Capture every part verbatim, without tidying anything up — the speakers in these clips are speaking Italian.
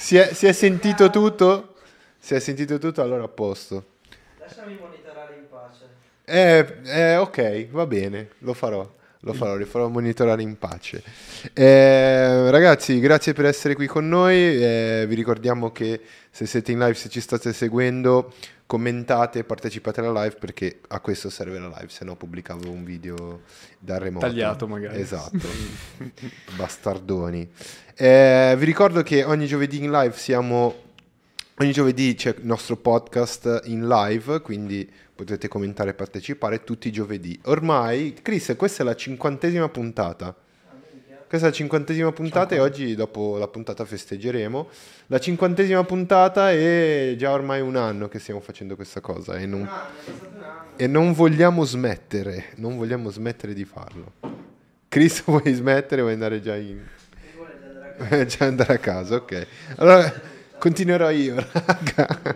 Si è, si è sentito tutto? Si è sentito tutto, allora a posto. Lasciami monitorare in pace. Eh, eh, ok, va bene, lo farò. Lo farò, li farò monitorare in pace. Eh, ragazzi, grazie per essere qui con noi. Eh, vi ricordiamo che se siete in live, se ci state seguendo, commentate, partecipate alla live, perché a questo serve la live, se no pubblicavo un video da remoto. Tagliato magari. Esatto. Bastardoni. Eh, vi ricordo che ogni giovedì in live siamo... Ogni giovedì c'è il nostro podcast in live, quindi potete commentare e partecipare tutti i giovedì. Ormai, Chris, questa è la cinquantesima puntata. Questa è la cinquantesima puntata e oggi, dopo la puntata, festeggeremo. La cinquantesima puntata e già ormai un anno che stiamo facendo questa cosa. E non, e non vogliamo smettere, non vogliamo smettere di farlo. Chris, vuoi smettere o vuoi andare già in... già andare a casa, ok. Allora... Continuerò io, raga.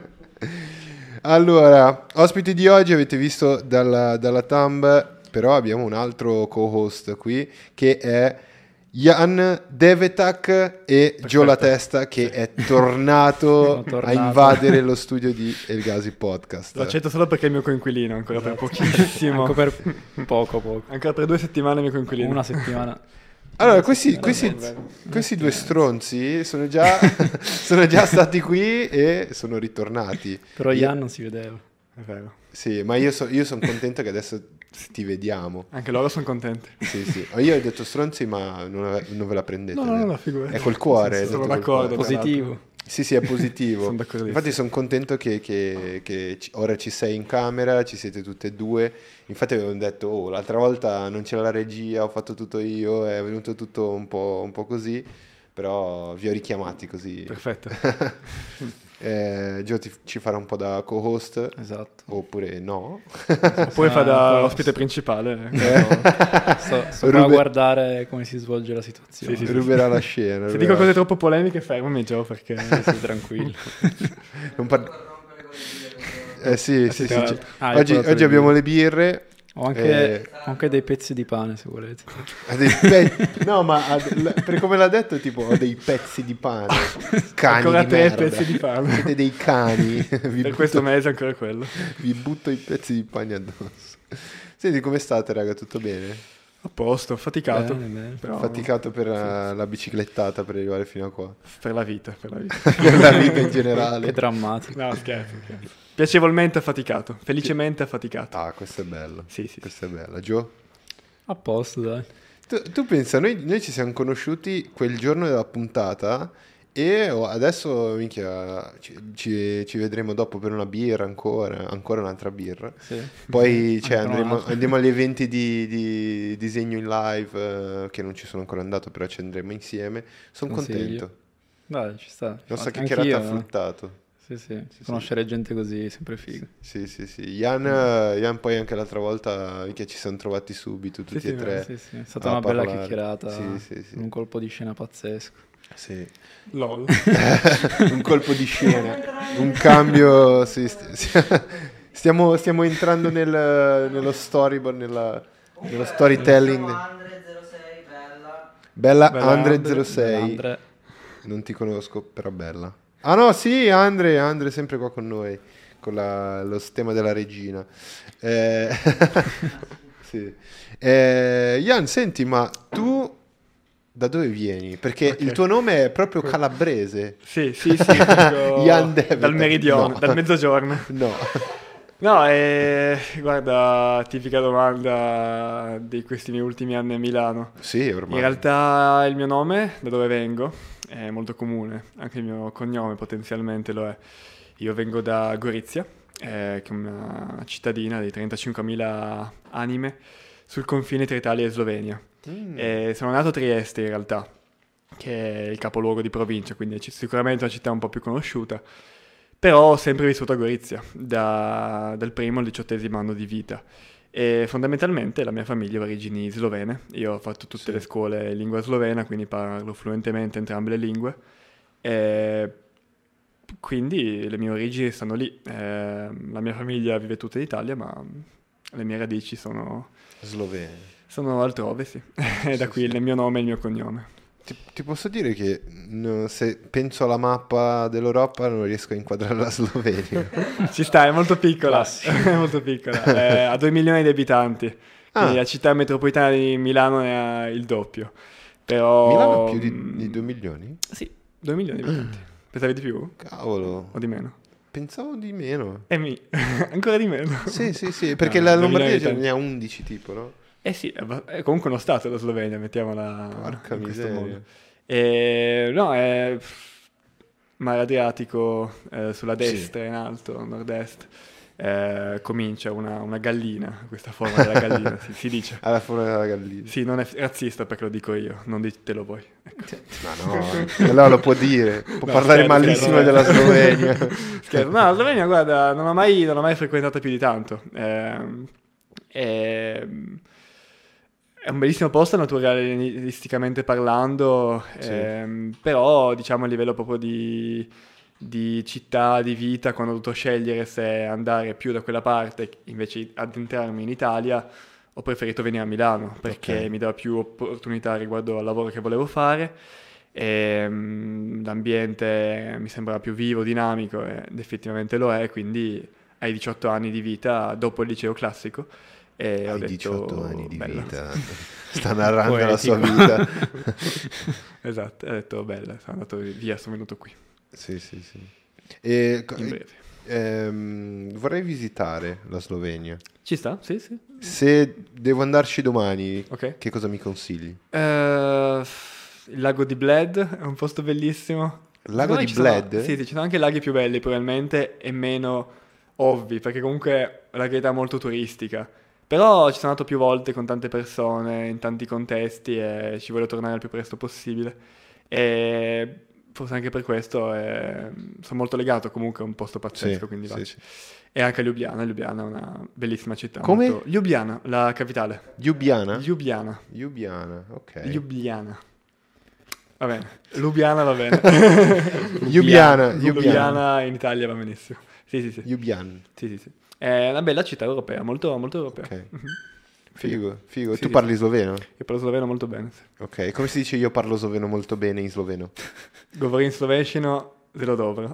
Allora, ospiti di oggi avete visto dalla, dalla thumb, però abbiamo un altro co-host qui che è Jan Devetak e Gio La Testa, che sì. è tornato, tornato a invadere lo studio di Elgasi Podcast. Lo accetto solo perché è il mio coinquilino, ancora esatto. per pochissimo. Ancora per poco, poco. Ancora per due settimane il mio coinquilino. Una settimana. Allora, questi, questi, questi due stronzi sono già, sono già stati qui e sono ritornati. Però Jan non si vedeva. È vero. Sì, ma io, so, io sono contento che adesso ti vediamo. Anche loro sono contenti. Sì, sì. Io ho detto stronzi, ma non, ave- non ve la prendete. No, no, no, figurati. È col cuore. Sì, sì, sono d'accordo. Positivo. Sì, sì, è positivo. Sono d'accordissimo. Infatti sono contento che, che, che ora ci sei in camera, ci siete tutte e due. Infatti avevamo detto, oh, l'altra volta non c'era la regia, ho fatto tutto io, è venuto tutto un po', un po' così, però vi ho richiamati così. Perfetto. eh, Gio ti, ci farà un po' da co-host. Esatto. Oppure no. Oppure fa da ospite principale. Eh. Sto, sto Rube... a guardare come si svolge la situazione. Sì, sì, ruberà la scena. Se dico cose troppo polemiche, fermami Gio, perché sei tranquillo. Non par- eh sì, sì, sì, sì. Ah, oggi, oggi abbiamo le birre. Ho anche, eh, ho anche dei pezzi di pane, se volete. Dei pe- no, ma per come l'ha detto, tipo, ho dei pezzi di pane. Cani ancora di te merda. pezzi di pane. Siete dei cani. Vi per butto, questo mese ancora quello. Vi butto i pezzi di pane addosso. Senti, come state, raga? Tutto bene? A posto, faticato. Bene, bene. Però... Faticato per la, la biciclettata per arrivare fino a qua. Per la vita, per la vita. Per la vita in generale. Che drammatico. No, scherzo, scherzo. Piacevolmente affaticato, felicemente affaticato. Ah, questo è bello. Sì, sì. Questo è bello. Gio? A posto, dai. Tu, tu pensa, noi, noi ci siamo conosciuti quel giorno della puntata e adesso, minchia, ci, ci, ci vedremo dopo per una birra ancora, ancora un'altra birra. Sì. Poi cioè, andremo, andiamo agli eventi di, di disegno in live, eh, che non ci sono ancora andato, però ci andremo insieme. Sono Consiglio. contento. Dai, ci sta. Nostra chiacchierata ha fruttato. Sì, sì, sì, conoscere sì. gente così è sempre figo. Sì, sì, sì. Ian, mm. Ian poi anche l'altra volta che ci siamo trovati subito, tutti sì, e tre. Sì, sì. È stata una parlare. bella chiacchierata, sì, sì, sì. un colpo di scena pazzesco. Sì. Lol. Un colpo di scena, un cambio. Sì, st- stiamo, stiamo entrando nel, nello storyboard, nella, nello storytelling. Andre zero sei, bella. Bella, bella Andre zero sei. Andre. Non ti conosco, però bella. Ah no, sì, Andre, Andre sempre qua con noi, con la, lo stemma della regina. Eh, sì. Eh, Ian, senti, ma tu da dove vieni? Perché okay. il tuo nome è proprio calabrese. Sì, sì, sì. Ian Devetak. Dal meridione, no. dal mezzogiorno. No. No, eh, guarda, tipica domanda di questi miei ultimi anni a Milano. Sì, ormai. In realtà il mio nome, da dove vengo, è molto comune, anche il mio cognome potenzialmente lo è. Io vengo da Gorizia, eh, che è una cittadina di trentacinquemila anime sul confine tra Italia e Slovenia. Mm. E sono nato a Trieste in realtà, che è il capoluogo di provincia, quindi è sicuramente una città un po' più conosciuta. Però ho sempre vissuto a Gorizia, da, dal primo al diciottesimo anno di vita. E fondamentalmente la mia famiglia ha origini slovene. Io ho fatto tutte sì. le scuole in lingua slovena, quindi parlo fluentemente entrambe le lingue. E quindi le mie origini stanno lì. E la mia famiglia vive tutta in Italia, ma le mie radici sono... slovene. Sono altrove, sì. E da qui sì, il mio nome e il mio cognome. ti, ti posso dire che no, se penso alla mappa dell'Europa non riesco a inquadrare la Slovenia. Ci sta, è molto piccola, Classico. è molto piccola, è a due milioni di abitanti, quindi Ah. la città metropolitana di Milano ne ha il doppio, però... Milano ha più di, di due milioni? Sì, due milioni di abitanti. Pensavi di più Cavolo, o di meno? pensavo di meno. E mi, ancora di meno. Sì, sì, sì, perché No, la due milioni Lombardia di ce abitanti. ne ha undici tipo, no? Eh sì, è, ba- è comunque uno stato la Slovenia, mettiamola Porca in questo miseria. modo. E, no, è mare Adriatico eh, sulla Sì. destra in alto, nord-est. Eh, comincia una, una gallina, questa forma della gallina, si, si dice. Alla forma della gallina. Sì, non è razzista perché lo dico io, non ditelo voi. Ecco. Ma no, allora lo può dire, può No, parlare scherzo, malissimo scherzo. della Slovenia. Scherzo. No, la Slovenia, guarda, non ho mai, non ho mai frequentata più di tanto. Ehm, ehm, è un bellissimo posto naturalisticamente parlando, Sì. ehm, però diciamo a livello proprio di, di città, di vita, quando ho dovuto scegliere se andare più da quella parte invece di addentrarmi in Italia, ho preferito venire a Milano perché Ok. mi dava più opportunità riguardo al lavoro che volevo fare. E, mm, l'ambiente mi sembrava più vivo, dinamico ed effettivamente lo è, quindi ai diciotto anni di vita dopo il liceo classico e ho Hai detto diciotto anni di bella. vita, sta narrando la sua Poetico. vita. Esatto, ho detto bella, sono andato via, sono venuto qui Sì, sì, sì. E, co- in breve. ehm, vorrei visitare la Slovenia. Ci sta? Sì, sì. Se devo andarci domani, Ok. che cosa mi consigli? Eh, il lago di Bled è un posto bellissimo. Il lago Secondo me di ci sono- Bled? Sì, sì, ci sono anche laghi più belli probabilmente e meno ovvi, perché comunque è una località molto turistica. Però ci sono andato più volte con tante persone, in tanti contesti e ci voglio tornare il più presto possibile. E forse anche per questo eh, sono molto legato comunque a un posto pazzesco, Sì, quindi sì, vacci. sì. E anche a Ljubljana, Ljubljana è una bellissima città. Come? molto- Ljubljana, la capitale. Ljubljana? Ljubljana. Ljubljana, ok. Ljubljana. Va bene. Ljubljana va bene. Ljubljana, Ljubljana. Ljubljana in Italia va benissimo. Sì, sì, sì. Ljubljana. Sì, sì, sì. È una bella città europea, molto, molto europea. Ok. Mhm. Figo, figo. Sì, tu sì, parli sì. sloveno? Io parlo sloveno molto bene. Sì. Ok, come si dice io parlo sloveno molto bene in sloveno? Govorim slovenščino zelo dobro.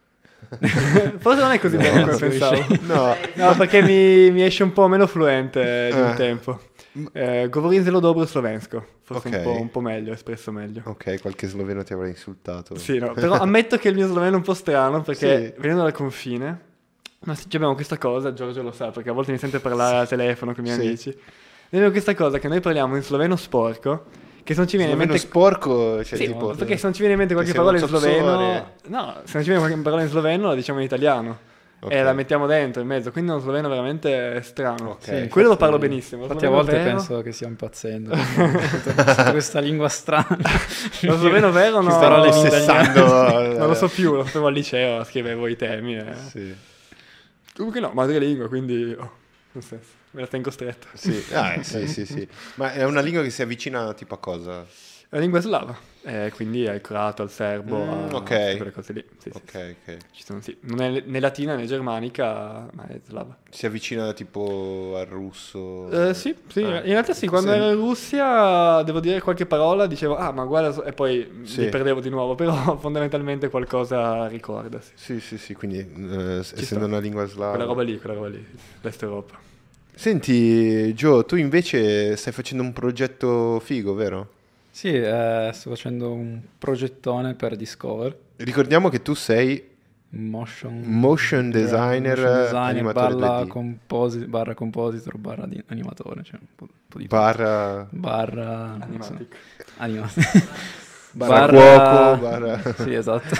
Forse non è così No, bene come slovenščino. pensavo. No, No, perché mi, mi esce un po' meno fluente di un Ah. tempo. Eh, govorim zelo dobro slovensko. Forse Ok. un, po', un po' meglio, espresso meglio. ok, qualche sloveno ti avrà insultato. Sì, no, però ammetto che il mio sloveno è un po' strano perché Sì. venendo dal confine, ma sì, abbiamo questa cosa, Giorgio lo sa perché a volte mi sente parlare al telefono con i miei Sì. amici. Noi abbiamo questa cosa che noi parliamo in sloveno sporco, che se non ci viene in Sloveno mente... sporco, cioè Sì, tipo... perché se non ci viene in mente qualche sei un parola in sloveno... zozzore. No, se non ci viene qualche parola in sloveno la diciamo in italiano. Ok. E la mettiamo dentro in mezzo, quindi è uno sloveno veramente strano. Ok. Sì, Quello infatti- lo parlo benissimo. lo Infatti a sloveno volte vero- penso che stia impazzendo. Sento questa lingua strana. Lo sloveno vero no, Queste parole in Sessando... non lo so più, lo sapevo al liceo, scrivevo i temi. E... Sì. Comunque no, madrelingua, quindi oh, nel senso, me la tengo stretta. Sì. Ah, eh, sì, sì, sì. Ma è una lingua che si avvicina tipo a cosa? La lingua è slava, eh, quindi al croato, al serbo, Mm, a ok. tutte quelle cose lì. Sì, sì, Ok, sì. ok. Ci sono, sì. Non è né latina né germanica, ma è slava. Si avvicina tipo al russo? Eh, sì, sì, Ah, in realtà sì, quando sì. ero in Russia devo dire qualche parola, dicevo ah ma guarda, e poi Sì. mi perdevo di nuovo, però fondamentalmente qualcosa ricorda, sì. Sì, sì, sì, quindi eh, essendo sta. una lingua slava. Quella roba lì, quella roba lì, l'Est Europa. Senti, Gio, tu invece stai facendo un progetto figo, vero? Sì, eh, sto facendo un progettone per Discover. Ricordiamo che tu sei Motion, Motion designer, motion designer animatore barra, due D. composi- barra compositor barra di- animatore, cioè un po', un po' di tutto. barra, barra Animatic. animatic. barra Barra- cuoco, barra, Sì, esatto.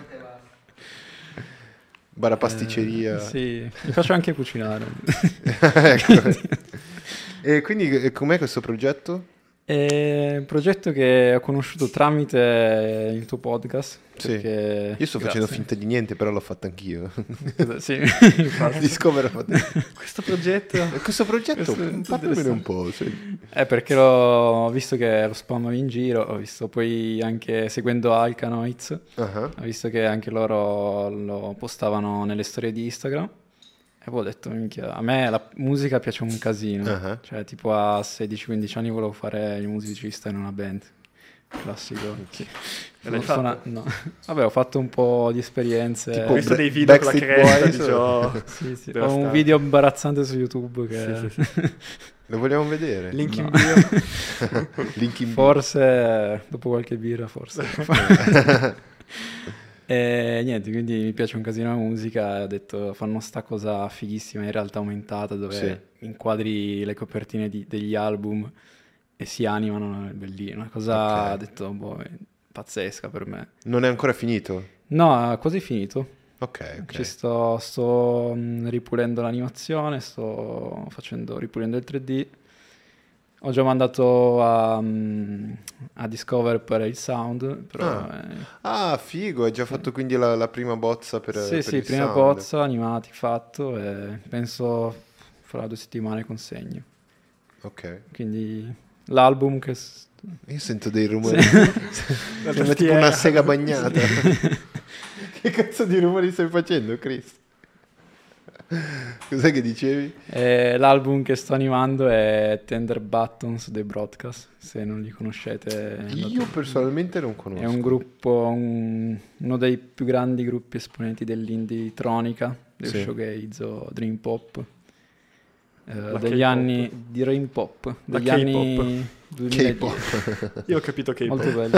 barra pasticceria. Eh, sì, mi faccio anche cucinare. Ecco. E quindi eh, com'è questo progetto? È un progetto che ho conosciuto tramite il tuo podcast. Sì. perché- Io sto facendo grazie. finta di niente, però l'ho fatto anch'io. Sì, infatti. Discover ho fatto- Questo progetto... E questo progetto, Questo è parlamene un interessante. po'. sì. È perché l'ho ho visto che lo spammavi in giro, ho visto poi anche seguendo Alcanoids, Ah, ho visto che anche loro lo postavano nelle storie di Instagram e poi ho detto, minchia, a me la musica piace un casino, Ah. cioè tipo a sedici quindici anni volevo fare il musicista in una band. classico. E Non l'hai suona- fatto? no. Vabbè, ho fatto un po' di esperienze. Tipo Ho visto Ba- dei video con la Backstreet cresta, Boys? dicevo... Sì, sì. Ho devastante. un video imbarazzante su YouTube che Sì, sì, Lo vogliamo vedere? Link in No. bio. Link in bio. forse dopo qualche birra, forse. E niente, quindi mi piace un casino la musica e ho detto fanno sta cosa fighissima in realtà aumentata dove Sì. inquadri le copertine di- degli album e si animano, è bellino, una cosa Ok. ho detto boh, è pazzesca per me. Non è ancora finito? No, è quasi finito. Ok, ok. Ci sto, sto mm, ripulendo l'animazione, sto facendo ripulendo il tre D. Ho già mandato a, mm, a Discover per il sound, però Ah. eh, Ah, figo, hai già fatto quindi la, la prima bozza per, sì, per sì, il prima sound. bozza, animati, fatto e penso fra due settimane consegno. Ok. Quindi l'album che... s- Io sento dei rumori. Sì. La Sembra tipo tastiera. una sega bagnata. Che cazzo di rumori stai facendo, Chris? Cos'è che dicevi? E l'album che sto animando è Tender Buttons dei Broadcast, se non li conoscete. Io andate- personalmente non conosco. È un gruppo, un- uno dei più grandi gruppi esponenti dell'indie-tronica, del Sì. showgaze o dream pop. eh, La degli K-pop. anni di dream pop, La degli K-pop. anni duemiladieci. K-pop. Io ho capito che Molto bello.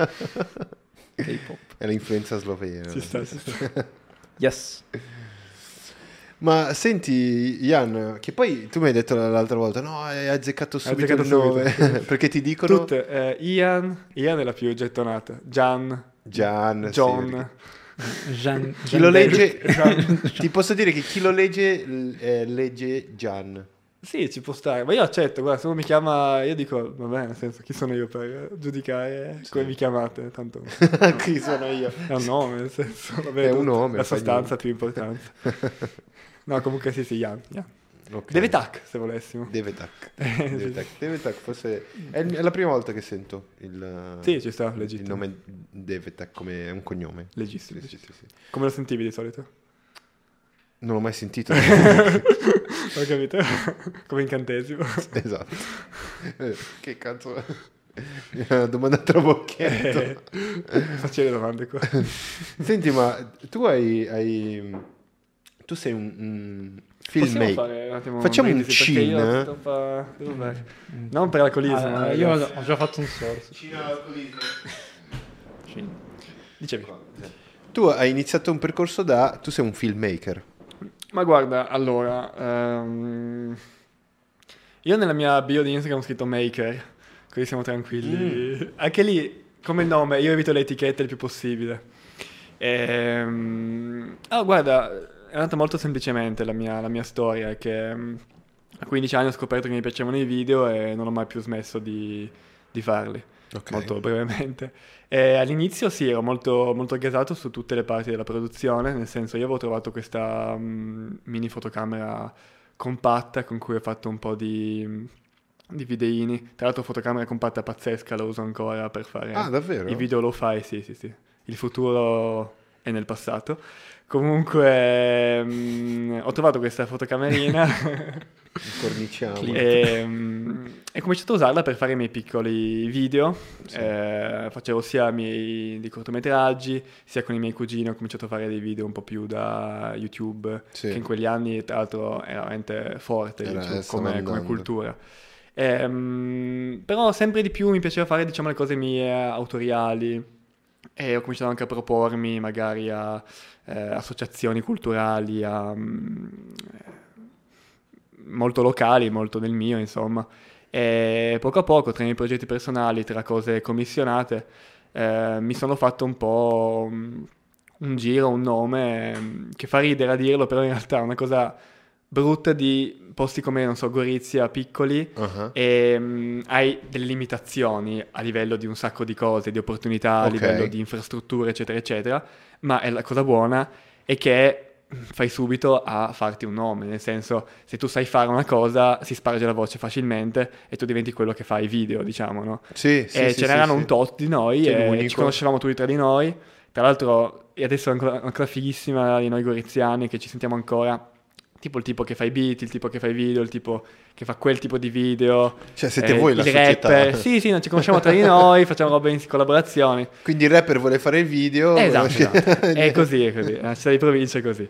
K-pop. È l'influenza slovena. Ci sta, ci sta. Yes. Ma senti, Ian, che poi tu mi hai detto l'altra volta, no, hai azzeccato subito azzeccato il nome, subito. perché ti dicono Tutte, eh, Ian, Ian è la più gettonata. Gian, Gian, sì, John. perché- Jean, chi Jean lo David. legge, Gian. ti posso dire che chi lo legge l- eh, legge Gian. Sì, ci può stare, ma io accetto, guarda, se uno mi chiama, io dico, vabbè, nel senso, chi sono io per giudicare come vi chiamate, tanto Chi sono io? è un nome, nel senso, vabbè, È un tutto, nome, la fa sostanza niente. ha più importanza. No, comunque sì, sì, Ian, Ian. Ok. Deve tac, se volessimo. Devetac. Eh, Devetac. Devetac forse è, il- è la prima volta che sento il, Sì, ci sta, il legittimo. nome Devetac come un cognome. Legittimo, Sì, sì, legittimo. sì, sì. Come lo sentivi di solito? Non l'ho mai sentito. Ho capito? Come incantesimo. Esatto. Eh, che cazzo. È una domanda trabocchetto. Eh, Facci le domande qua. Senti, ma tu hai, hai- tu sei un, un Possiamo filmmaker. fare un attimo Facciamo un brindisi, perché io cin? sto fa- devo bere. Non per l'alcolismo, Ah, ma io ragazzi. ho già fatto un sorso. Dicevi. Tu hai iniziato un percorso da... Tu sei un filmmaker. Ma guarda, allora, ehm, io nella mia bio di Instagram ho scritto maker, così siamo tranquilli. Anche lì, come nome, io evito le etichette il più possibile. Ehm, ah, guarda, è andata molto semplicemente la mia, la mia storia, è che mm, a quindici anni ho scoperto che mi piacevano i video e non ho mai più smesso di, di farli. Ok. Molto brevemente. E all'inizio sì, ero molto, molto gasato su tutte le parti della produzione, nel senso io avevo trovato questa mm, mini fotocamera compatta con cui ho fatto un po' di, di videini. Tra l'altro fotocamera compatta pazzesca, la uso ancora per fare Ah, davvero? i video lo fai, sì, sì, sì. Il futuro è nel passato. Comunque mm, ho trovato questa fotocamerina Corniciamo. e mm, e ho cominciato a usarla per fare i miei piccoli video. Sì. Eh, facevo sia i miei di cortometraggi, sia con i miei cugini ho cominciato a fare dei video un po' più da YouTube, Sì. che in quegli anni tra l'altro era veramente forte Era- YouTube stava come, come andando. cultura. Ehm, però sempre di più mi piaceva fare, diciamo, le cose mie autoriali e ho cominciato anche a propormi magari a eh, associazioni culturali, a, mm, molto locali, molto del mio, insomma. E poco a poco, tra i miei progetti personali, tra cose commissionate, eh, mi sono fatto un po' mm, un giro, un nome mm, che fa ridere a dirlo, però in realtà è una cosa brutta di posti come, non so, Gorizia, piccoli, Uh-huh. e mm, hai delle limitazioni a livello di un sacco di cose, di opportunità, a Ok. livello di infrastrutture, eccetera, eccetera, ma è la cosa buona è che fai subito a farti un nome, nel senso, se tu sai fare una cosa, si sparge la voce facilmente e tu diventi quello che fa i video, diciamo, no? Sì, sì, e sì, ce n'erano sì, un sì. tot di noi Sei e l'unico. ci conoscevamo tutti tra di noi. Tra l'altro, e adesso è ancora, ancora fighissima di noi goriziani che ci sentiamo ancora. tipo il tipo che fa i beat, il tipo che fa i video, il tipo che fa quel tipo di video. Cioè siete eh, voi la il società. rapper. Sì, sì, non ci conosciamo tra di noi, facciamo robe in collaborazioni. Quindi il rapper vuole fare il video. Esatto, esatto. È così, è così. La città di provincia è così.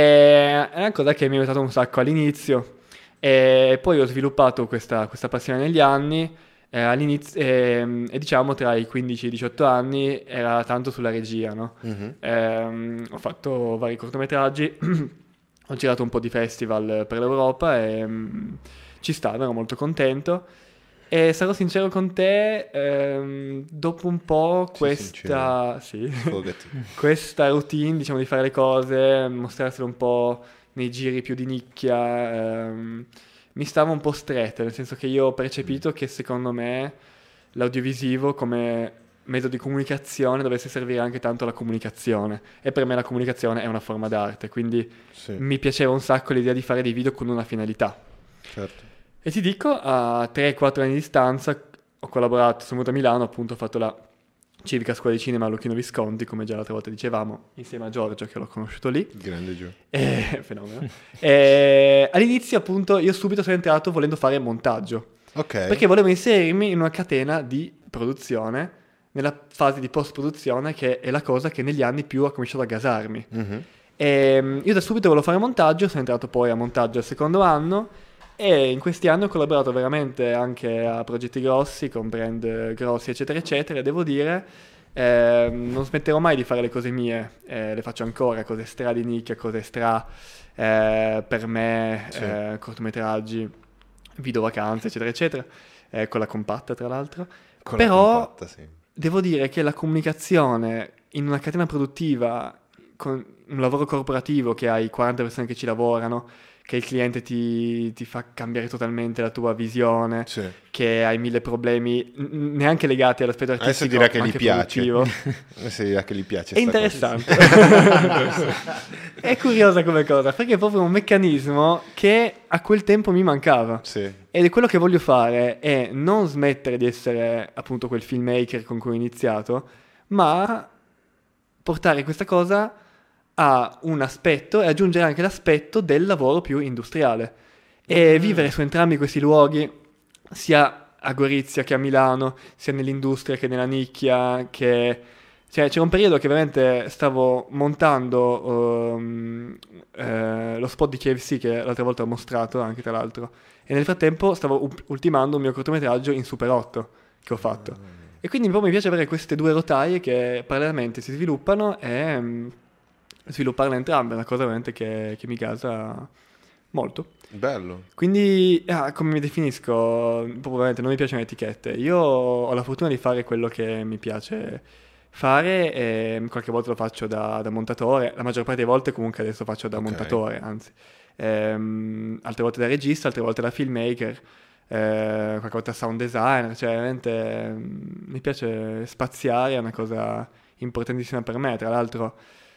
E è una cosa che mi è aiutato un sacco all'inizio. E poi ho sviluppato questa, questa passione negli anni. Eh, all'inizio, e, e diciamo tra i quindici e i diciotto anni era tanto sulla regia, no? Mhm. Ehm, ho fatto vari cortometraggi, ho girato un po' di festival per l'Europa e mm, ci stavo, ero molto contento. E sarò sincero con te, ehm, dopo un po' Sii questa, sì, Sfogati. questa routine, diciamo, di fare le cose, mostrarselo un po' nei giri più di nicchia, ehm, mi stava un po' stretta, nel senso che io ho percepito che secondo me l'audiovisivo come mezzo di comunicazione dovesse servire anche tanto alla comunicazione, e per me la comunicazione è una forma d'arte, quindi Sì, mi piaceva un sacco l'idea di fare dei video con una finalità. certo. E ti dico, a tre quattro anni di distanza ho collaborato, sono venuto a Milano, appunto ho fatto la Civica Scuola di Cinema a Lucchino Visconti, come già l'altra volta dicevamo, insieme a Giorgio che l'ho conosciuto lì. Grande Gio. E, fenomeno. E, all'inizio appunto io subito sono entrato volendo fare montaggio, Ok. perché volevo inserirmi in una catena di produzione, nella fase di post-produzione, che è la cosa che negli anni più ha cominciato a gasarmi. Mhm. E io da subito volevo fare montaggio, sono entrato poi a montaggio al secondo anno, e in questi anni ho collaborato veramente anche a progetti grossi, con brand grossi, eccetera, eccetera, e devo dire, eh, non smetterò mai di fare le cose mie, eh, le faccio ancora, cose stra di nicchia, cose stra eh, per me, Sì. eh, cortometraggi, video vacanze, eccetera, eccetera, eh, con la compatta tra l'altro. Con la Però compatta, sì. devo dire che la comunicazione in una catena produttiva, con un lavoro corporativo che hai quaranta persone che ci lavorano, che il cliente ti, ti fa cambiare totalmente la tua visione, Sì. che hai mille problemi n- neanche legati all'aspetto Adesso artistico, dirà che ma gli anche piace. produttivo. Adesso dirà che gli piace. È sta interessante. È curiosa come cosa, perché è proprio un meccanismo che a quel tempo mi mancava. cosa. Sì. Ed è quello che voglio fare, è non smettere di essere appunto quel filmmaker con cui ho iniziato, ma portare questa cosa a un aspetto e aggiungere anche l'aspetto del lavoro più industriale. E Mm. vivere su entrambi questi luoghi, sia a Gorizia che a Milano, sia nell'industria che nella nicchia, che... Cioè, c'era un periodo che veramente stavo montando um, eh, lo spot di K F C che l'altra volta ho mostrato anche tra l'altro, e nel frattempo stavo u- ultimando un mio cortometraggio in Super otto che ho fatto. E quindi proprio mi piace avere queste due rotaie che parallelamente si sviluppano e um, svilupparle entrambe, è una cosa veramente che, che mi gasa molto. Bello. Quindi, ah, come mi definisco? Proprio veramente non mi piacciono le etichette. Io ho la fortuna di fare quello che mi piace fare, e qualche volta lo faccio da, da montatore, la maggior parte delle volte comunque adesso faccio da Ok. montatore, anzi. Ehm, altre volte da regista, altre volte da filmmaker, eh, qualche volta sound designer, cioè veramente ehm, mi piace spaziare, è una cosa importantissima per me. Tra l'altro,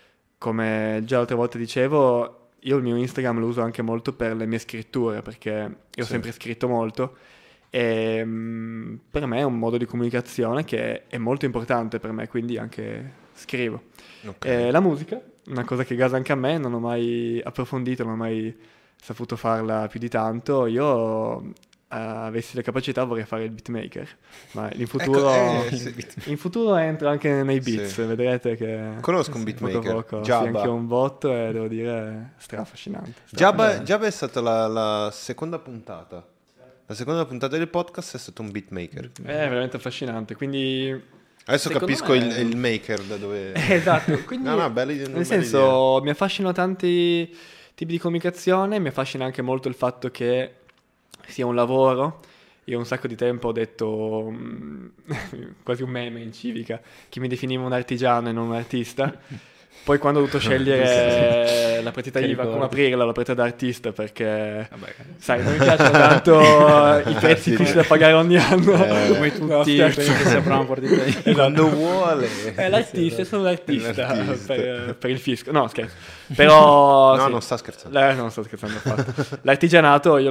come già l'altra volta dicevo, io il mio Instagram lo uso anche molto per le mie scritture, perché io ho Sì. sempre scritto molto, e mm, per me è un modo di comunicazione che è molto importante per me, quindi anche scrivo. Ok. E la musica, una cosa che gasa anche a me, non ho mai approfondito, non ho mai saputo farla più di tanto. Io, eh, avessi le capacità, vorrei fare il beatmaker, ma in futuro, Ecco, eh, sì. in futuro entro anche nei beats, Sì. vedrete che... Conosco un poco beatmaker. poco, sì, Jabba. anche un botto, e devo dire strafascinante. Jabba, Jabba è stata la, la seconda puntata. La seconda puntata del podcast è stato un beatmaker. È veramente affascinante, quindi... Adesso Secondo capisco me- il, il maker da dove... Esatto, quindi No, no, bella idea- nel bella senso mi affascinano tanti tipi di comunicazione, mi affascina anche molto il fatto che sia un lavoro. Io un sacco di tempo ho detto, mm, quasi un meme in civica, che mi definiva un artigiano e non un artista. Poi quando ho dovuto scegliere la partita Che I V A, come ricordi. aprirla, l'ho aperta da artista perché, Vabbè, sai, non mi piacciono tanto i prezzi Sì, fissi da pagare ogni anno. Eh, come No, tutti scherzo. quelli che si aprono la partita I V A. Quando vuole. È l'artista, è solo l'artista, L'artista. per, per il fisco. No, scherzo. Però... No, sì. non sta scherzando. Eh, non sto scherzando affatto. L'artigianato io lo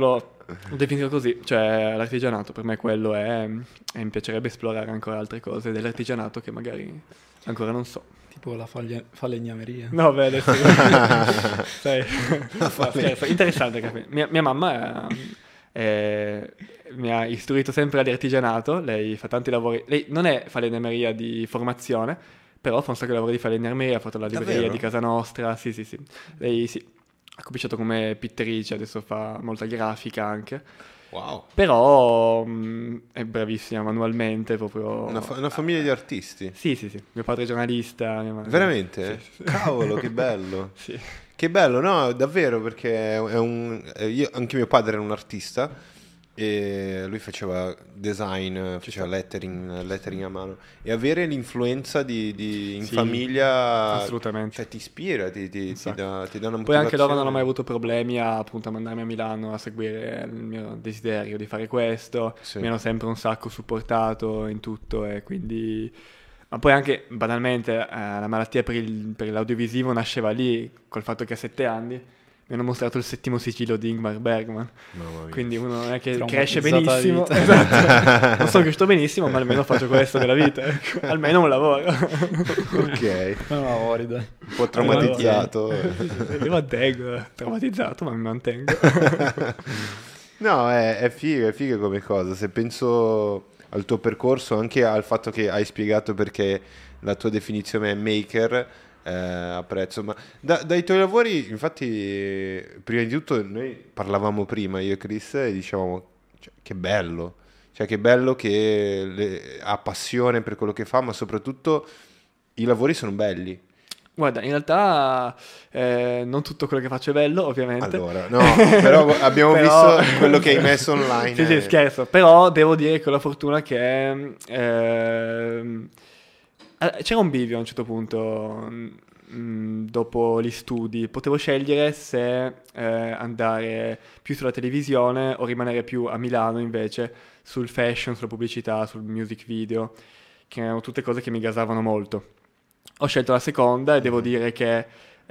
Lo definisco così, cioè l'artigianato per me quello è, e mi piacerebbe esplorare ancora altre cose dell'artigianato che magari ancora non so. Tipo la faglia- falegnameria. No, beh, adesso... sai, no, scherzo, interessante. capire. Mia, mia mamma è, è- mi ha istruito sempre all'artigianato, lei fa tanti lavori, lei non è falegnameria di formazione, però fa un sacco di lavori di falegnameria, ha fatto la libreria Davvero? di casa nostra, sì sì sì. Lei sì, ha cominciato come pittrice, adesso fa molta grafica anche, Wow. però mh, è bravissima manualmente, proprio... Una, fa- una famiglia di artisti. Sì, sì, sì, mio padre è giornalista. Mia madre- Veramente? Sì, sì, sì. Cavolo, che bello. Sì. Che bello, no, davvero, perché è un... eh, io, anche mio padre era un artista e lui faceva design, faceva lettering, lettering a mano, e avere l'influenza di, di- in Sì, famiglia, assolutamente. cioè ti ispira, ti, ti, ti sacco. dà, ti dà una Poi anche loro non motivazione. hanno mai avuto problemi a, appunto, a mandarmi a Milano a seguire il mio desiderio di fare questo. Sì. Mi hanno sempre un sacco supportato in tutto e quindi... Ma poi anche, banalmente, eh, la malattia per, il- per l'audiovisivo nasceva lì, col fatto che a sette anni mi hanno mostrato il settimo sigillo di Ingmar Bergman. Mamma mia. Quindi uno non è che Traumatizzata cresce benissimo. vita. Esatto. Non so che sto benissimo, ma almeno faccio questo nella vita. ecco. Almeno un lavoro. Ok, Non lavori, dai. un po' traumatizzato. Mi mantengo, traumatizzato, ma mi mantengo. No, è, è figo, è figo come cosa. Se penso al tuo percorso, anche al fatto che hai spiegato perché la tua definizione è maker, eh, apprezzo. Ma da- dai tuoi lavori, infatti, prima di tutto, noi parlavamo prima, io e Chris, e dicevamo, cioè, che bello. Cioè, che bello che le- ha passione per quello che fa, ma soprattutto i lavori sono belli. Guarda, in realtà eh, non tutto quello che faccio è bello, ovviamente. Allora, no, però abbiamo Però- visto quello che hai messo online. Sì, sì, eh. scherzo. Però devo dire che ho la fortuna che ehm, eh, c'era un bivio a un certo punto, mm, dopo gli studi. Potevo scegliere se eh, andare più sulla televisione o rimanere più a Milano invece sul fashion, sulla pubblicità, sul music video, che erano tutte cose che mi gasavano molto. Ho scelto la seconda e devo dire che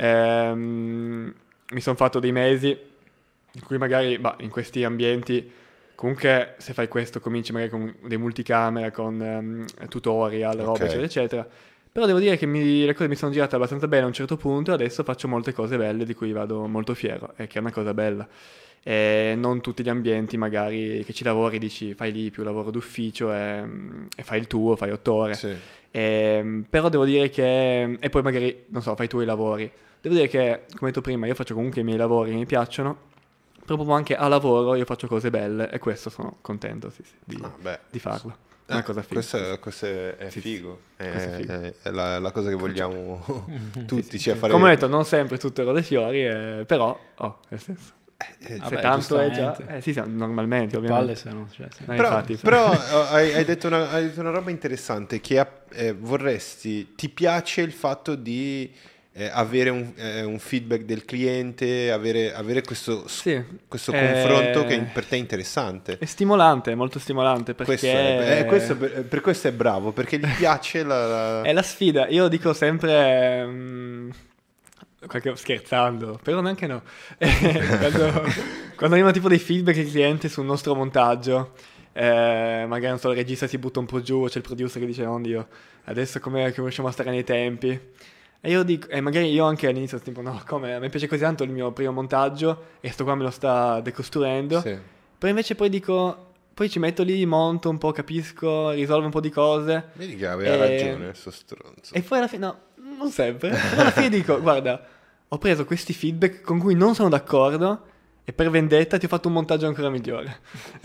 ehm, mi sono fatto dei mesi in cui magari, bah, in questi ambienti, comunque se fai questo cominci magari con dei multicamera, con ehm, tutorial, roba, Ok. eccetera, eccetera. Però devo dire che mi- le cose mi sono girate abbastanza bene a un certo punto e adesso faccio molte cose belle di cui vado molto fiero e che è una cosa bella. E non tutti gli ambienti magari che ci lavori dici fai lì più lavoro d'ufficio e, e fai il tuo, fai otto ore. Sì. Ehm, però devo dire che... E poi magari, non so, fai tu i lavori. Devo dire che, come detto prima, io faccio comunque i miei lavori che mi piacciono, però proprio anche a lavoro io faccio cose belle e questo sono contento, sì, sì, di, Ah, beh. di farlo. È Eh, una cosa figa. questo, è, questo è- è Sì, sì. figo, è, Questo è figo. è- è la, la cosa che vogliamo tutti, Sì, sì, cioè sì. fare... Come ho detto, non sempre tutto rode e fiori, eh, però, oh, nel senso, eh, Vabbè, se tanto è già... giustamente. Eh sì, sì, normalmente, Che ovviamente. palle se no. Cioè, sì. No, Però, infatti, però, eh, hai, hai detto una, hai detto una roba interessante che eh, vorresti, ti piace il fatto di eh, avere un, eh, un feedback del cliente, avere, avere questo, s- Sì, questo eh, confronto che per te è interessante. è stimolante, è molto stimolante perché... Questo è, eh, questo per, per questo è bravo, perché gli piace la... la- È la sfida, io dico sempre, mm, qualche- scherzando, però neanche no, quando, quando arrivano tipo dei feedback del cliente sul nostro montaggio, eh, magari non so, il regista si butta un po' giù, c'è il producer che dice, oh Dio, adesso come come riusciamo a stare nei tempi? E io dico, e magari io anche all'inizio tipo, no, come, mi piace così tanto il mio primo montaggio e sto qua me lo sta decostruendo, Sì. però invece poi dico, poi ci metto lì, monto un po', capisco, risolvo un po' di cose. Vedi che aveva E- ragione, sto stronzo. E poi alla fine, no, non sempre. Però alla fine dico, guarda, ho preso questi feedback con cui non sono d'accordo e per vendetta ti ho fatto un montaggio ancora migliore.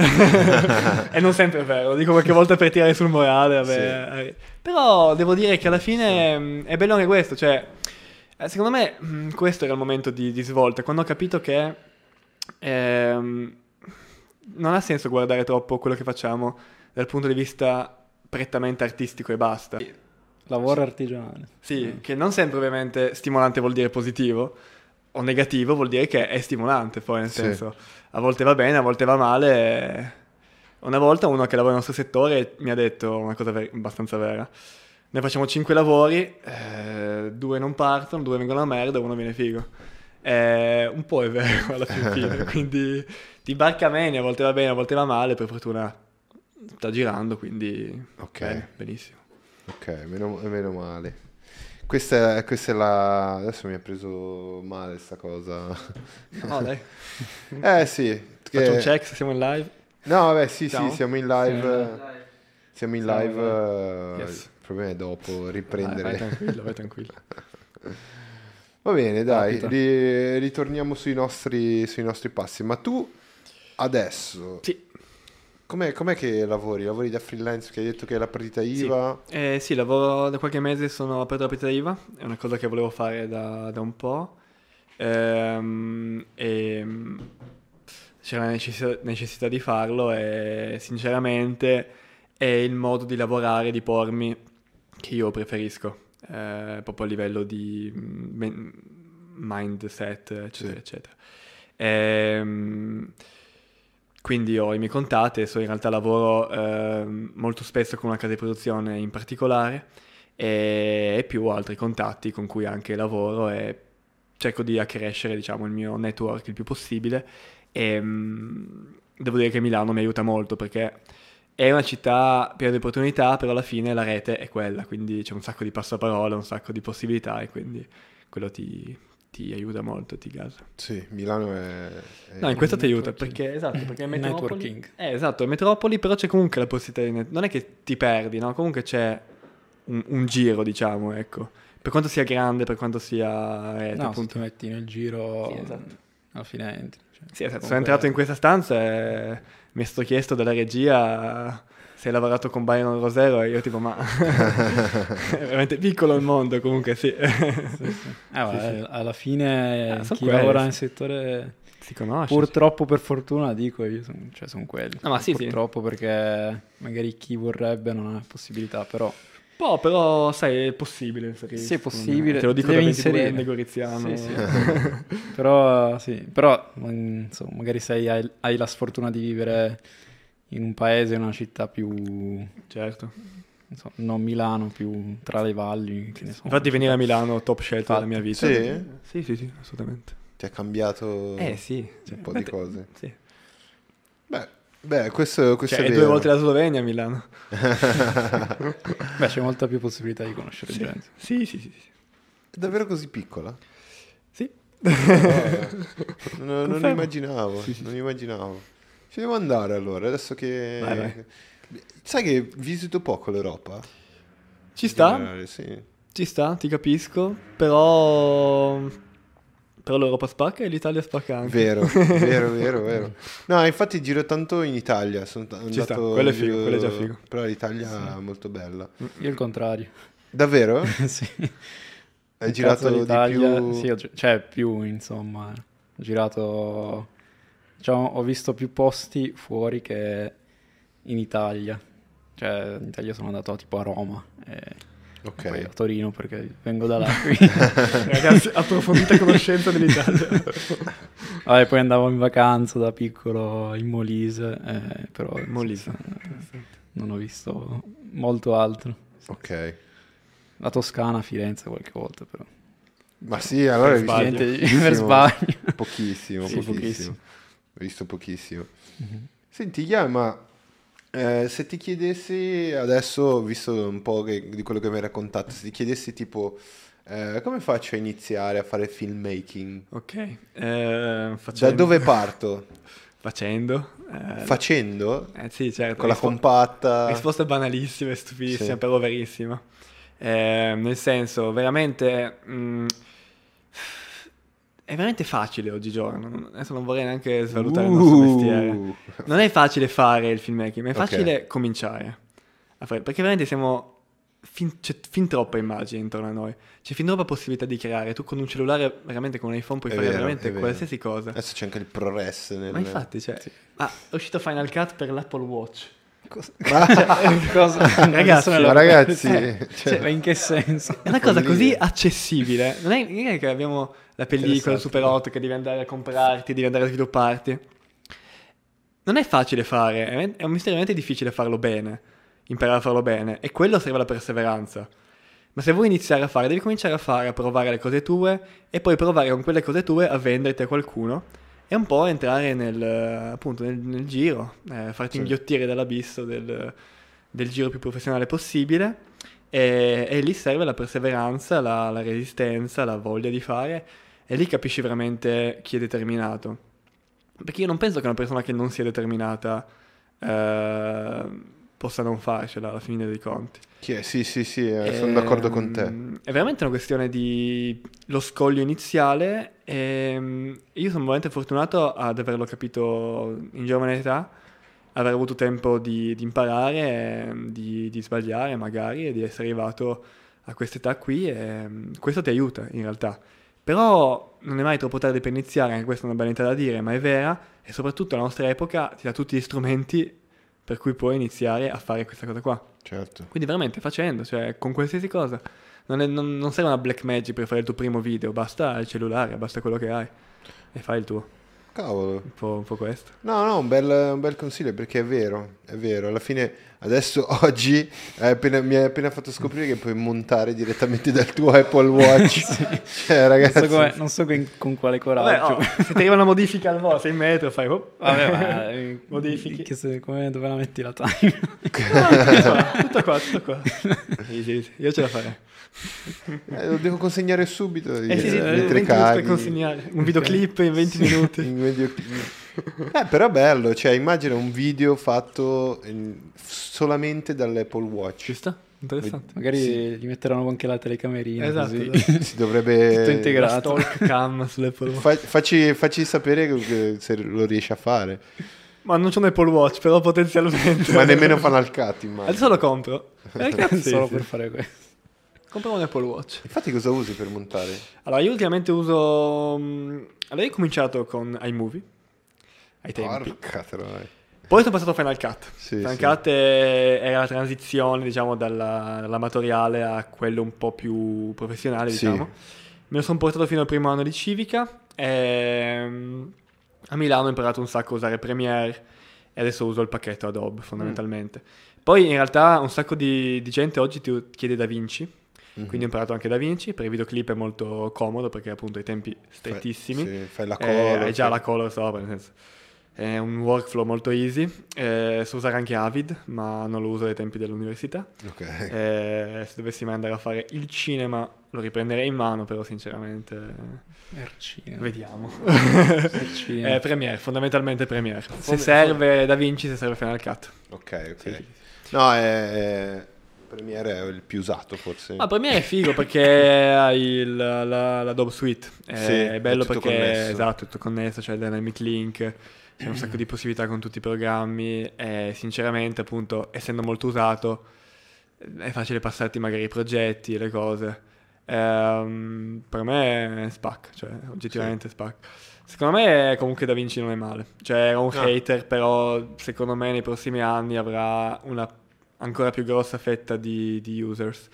E non sempre è vero, lo dico qualche volta per tirare sul morale. Vabbè. Eh, Però devo dire che alla fine mh, è bello anche questo, cioè, eh, secondo me mh, questo era il momento di, di svolta, quando ho capito che ehm, non ha senso guardare troppo quello che facciamo dal punto di vista prettamente artistico e basta. Lavoro artigianale. Sì, che non sempre ovviamente stimolante vuol dire positivo, o negativo vuol dire che è stimolante, poi nel Sì. senso, a volte va bene, a volte va male. Una volta uno che lavora nel nostro settore mi ha detto una cosa ver- abbastanza vera. Noi facciamo cinque lavori, eh, due non partono, due vengono a merda, uno viene figo. Eh, un po' è vero alla fin fine, quindi ti barca bene, a volte va bene, a volte va male, per fortuna sta girando, quindi Ok. bene, benissimo. Ok, meno, meno male. Questa è, questa è la... Adesso mi ha preso male sta cosa. No, dai, Eh sì. che- faccio un check se siamo in live. No, vabbè, sì, Siamo? sì, siamo in live. Siamo in Dai. Siamo in Siamo live. in eh, Yes. Il problema è dopo, Vai, vai riprendere. tranquillo, vai tranquillo. Va bene, dai, Capita. ri- ritorniamo sui nostri, sui nostri passi. Ma tu adesso, Sì. com'è, com'è che lavori? Lavori da freelance, che hai detto che è la partita I V A? Eh, sì, lavoro da qualche mese, sono aperto la partita I V A, è una cosa che volevo fare da, da un po', ehm, e mm, c'era la necessità, necessità di farlo e sinceramente è il modo di lavorare, di pormi che io preferisco, eh, proprio a livello di mm, men- mindset, eccetera, Sì. eccetera. Ehm, quindi ho i miei contatti, adesso in realtà lavoro ehm, molto spesso con una casa di produzione in particolare e, e più altri contatti con cui anche lavoro e cerco di accrescere, diciamo, il mio network il più possibile e mm, devo dire che Milano mi aiuta molto perché è una città piena di opportunità, però alla fine la rete è quella, quindi c'è un sacco di passaparola, un sacco di possibilità e quindi quello ti, ti aiuta molto, ti gasa. Sì, Milano è... è- No, in questo ti aiuta networking. perché esatto, perché è metropoli. Networking. Eh, esatto, è metropoli, però c'è comunque la possibilità di net- non è che ti perdi, no? Comunque c'è un, un giro, diciamo, ecco. Per quanto sia grande, per quanto sia rete, No, se appunto. ti metti nel giro, Sì, esatto. alla fine entri. Cioè, Sì, esatto. Sono comunque- entrato in questa stanza e mi è stato chiesto dalla regia se hai lavorato con Byron Rosero e io tipo, ma è veramente piccolo il mondo, comunque sì. Sì, sì. Eh, vabbè, alla fine Ah, son chi quelli, lavora sì. nel settore, Si conosce. purtroppo per fortuna dico io, son- cioè sono quelli. No, ma sì, sì. purtroppo perché magari chi vorrebbe non ha possibilità, però Po', però sai, è possibile inserirsi, Sì, è secondo possibile, me. Te lo ti dico da devi ventiduenne inserire. goriziano. Sì, sì. però sì, però mm, insomma, magari sei, hai, hai la sfortuna di vivere in un paese, in una città più, Certo. insomma, non Milano, più tra le valli, che ne so. Infatti venire a Milano top scelta della mia vita. Sì? Sì, sì, sì, assolutamente. Ti ha cambiato Eh sì. un po' di cose. Sì. Beh, beh, questo, questo Cioè, è è vero. due volte la Slovenia a Milano. Beh, c'è molta più possibilità di conoscere Sì. gente. Sì, sì, sì. sì. È davvero così piccola? Sì. Non, non Confermo. immaginavo, Sì, sì, non sì. immaginavo. Ci devo andare allora, adesso che... Vai, vai. Sai che visito poco l'Europa? Ci In sta, generale, sì. ci sta, ti capisco, però... Però l'Europa spacca e l'Italia spacca anche. Vero, vero, vero, vero. No, infatti giro tanto in Italia, sono t- andato Ci sta, quello è in figo, giro- quello è già figo. Però l'Italia è molto bella. Io il contrario. Davvero? Sì. Hai In girato caso di l'Italia- più? Sì, ho gi- cioè più, insomma. Ho girato... Diciamo, ho visto più posti fuori che in Italia. Cioè, in Italia sono andato tipo a Roma e Ok. poi a Torino perché vengo da là. quindi- Ragazzi, approfondita conoscenza dell'Italia. Vabbè, poi andavo in vacanza da piccolo in Molise, eh, però Molise. senza- non ho visto molto altro. Ok. La Toscana, Firenze qualche volta però. Ma sì, allora hai visto sbaglio. Niente di- pochissimo. per sbaglio. Pochissimo, Sì, pochissimo. pochissimo. Ho visto pochissimo. Mhm. Senti, Ia, ma eh, se ti chiedessi adesso, visto un po' che- di quello che mi hai raccontato, se ti chiedessi tipo eh, come faccio a iniziare a fare filmmaking? Ok. Eh, Da facendo. dove parto? Facendo. eh, Facendo? eh, sì, certo. Con la rispo- compatta? Risposta banalissima e stupidissima, Sì. però verissima. Eh, nel senso, veramente... mh, è veramente facile oggigiorno. Non- Adesso non vorrei neanche svalutare il nostro mestiere. Uh. Non è facile fare il filmmaking, ma è Ok. facile cominciare. a fare- Perché veramente siamo... Fin, c'è fin troppa immagine intorno a noi. C'è fin troppa possibilità di creare. Tu con un cellulare, veramente con un iPhone, puoi È fare vero, veramente è vero. qualsiasi cosa. Adesso c'è anche il ProRes nel... Ma infatti, cioè... Ah, è uscito Final Cut per l'Apple Watch. Cosa? Ma, Cosa? Ragazzi, Adesso me ma lo- ragazzi, Eh, cioè, cioè, in che senso? È una cosa Follia. così accessibile. Non è, non è che abbiamo la pellicola Interessante. super otto che devi andare a comprarti, devi andare a svilupparti. Non è facile fare, è è un mestiere veramente difficile farlo bene, imparare a farlo bene. E quello serve la perseveranza. Ma se vuoi iniziare a fare, devi cominciare a fare, a provare le cose tue e poi provare con quelle cose tue a venderti a qualcuno e un po' entrare nel, eh, appunto, nel, nel giro, eh, farti Sì. inghiottire dall'abisso del, del giro più professionale possibile e, e lì serve la perseveranza, la, la resistenza, la voglia di fare e lì capisci veramente chi è determinato. Perché io non penso che una persona che non sia determinata eh, possa non farcela alla fine dei conti. Chi è? Sì, sì, sì, eh, sono d'accordo con te. Ehm, È veramente una questione di lo scoglio iniziale. E io sono veramente fortunato ad averlo capito in giovane età, aver avuto tempo di, di imparare, ehm, di, di sbagliare magari e di essere arrivato a quest'età qui. E mm, questo ti aiuta in realtà. Però non è mai troppo tardi per iniziare, anche questa è una bella età da dire, ma è vera. E soprattutto la nostra epoca ti dà tutti gli strumenti per cui puoi iniziare a fare questa cosa qua. Certo. Quindi veramente facendo, cioè con qualsiasi cosa. Non, è- non- non serve una black magic per fare il tuo primo video, basta il cellulare, basta quello che hai e fai il tuo. Cavolo. Un po', un po' questo. No, no, un bel, un bel consiglio perché è vero, è vero. Alla fine, adesso, oggi, hai appena- mi hai appena fatto scoprire che puoi montare direttamente dal tuo Apple Watch. Cioè, Non ragazzi, so, come- non so con, con quale coraggio. Vabbè, oh, se ti arriva una modifica al volo, sei in metro, fai... oh. Vabbè, ma eh, Modifichi. che se- come, dove la metti la time? Tutto qua, tutto qua. Easy, easy. Io ce la farei. eh, lo devo consegnare subito. Eh sì, sì, mentre venti minuti per caghi. consegnare. Un videoclip in venti minuti. In video- Eh, però è bello, cioè immagina un video fatto in- solamente dall'Apple Watch. Ci sta? Interessante. Magari Sì. gli metteranno anche la telecamerina. Esatto, Così. esatto. Si dovrebbe... Tutto La integrato. stalk cam sull'Apple Watch. Fa- facci, facci sapere che- se lo riesci a fare. Ma non c'è un Apple Watch, però potenzialmente. Ma nemmeno Final Cut, immagino. Adesso lo compro. Eh, cazzo, sì, Solo sì. per fare questo. Compro un Apple Watch. Infatti cosa usi per montare? Allora, io ultimamente uso... mm, Allora, io ho cominciato con iMovie, ai tempi. Porca troia. Poi sono passato a Final Cut. Sì, Final sì. Cut è- era la transizione, diciamo, dalla- dall'amatoriale a quello un po' più professionale, Sì. diciamo. Me lo sono portato fino al primo anno di civica. E, mm, a Milano ho imparato un sacco a usare Premiere e adesso uso il pacchetto Adobe, fondamentalmente. Poi, in realtà, un sacco di, di gente oggi ti chiede DaVinci. Mhm. Quindi ho imparato anche DaVinci. Per i videoclip è molto comodo perché appunto hai tempi strettissimi. Fai, sì, fai la Eh, color. hai già fai- la color sopra, nel senso. È un workflow molto easy. Eh, so usare anche Avid, ma non lo uso dai tempi dell'università. Ok. Eh, se dovessi mai andare a fare il cinema lo riprenderei in mano, però sinceramente Ercino. vediamo. Ercino. Eh, Premiere, fondamentalmente Premiere. Se Fond- serve DaVinci, se serve Final Cut. Ok, ok. Sì, sì, No, è, è- Premiere è il più usato forse. Ma Premiere è figo perché hai il, la, la Adobe Suite. Eh, Sì, è bello è tutto perché connesso. esatto, è tutto connesso, c'è il Dynamic Link, c'è un sacco di possibilità con tutti i programmi e sinceramente appunto essendo molto usato è facile passarti magari i progetti e le cose. Ehm, per me spacca, cioè oggettivamente spacca. Secondo me comunque DaVinci non è male, cioè è un No. hater, però secondo me nei prossimi anni avrà una ancora più grossa fetta di, di users.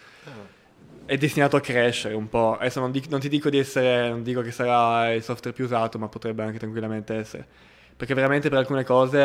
È destinato a crescere un po'. Adesso non, dic- non ti dico di essere, non dico che sarà il software più usato, ma potrebbe anche tranquillamente essere. Perché veramente per alcune cose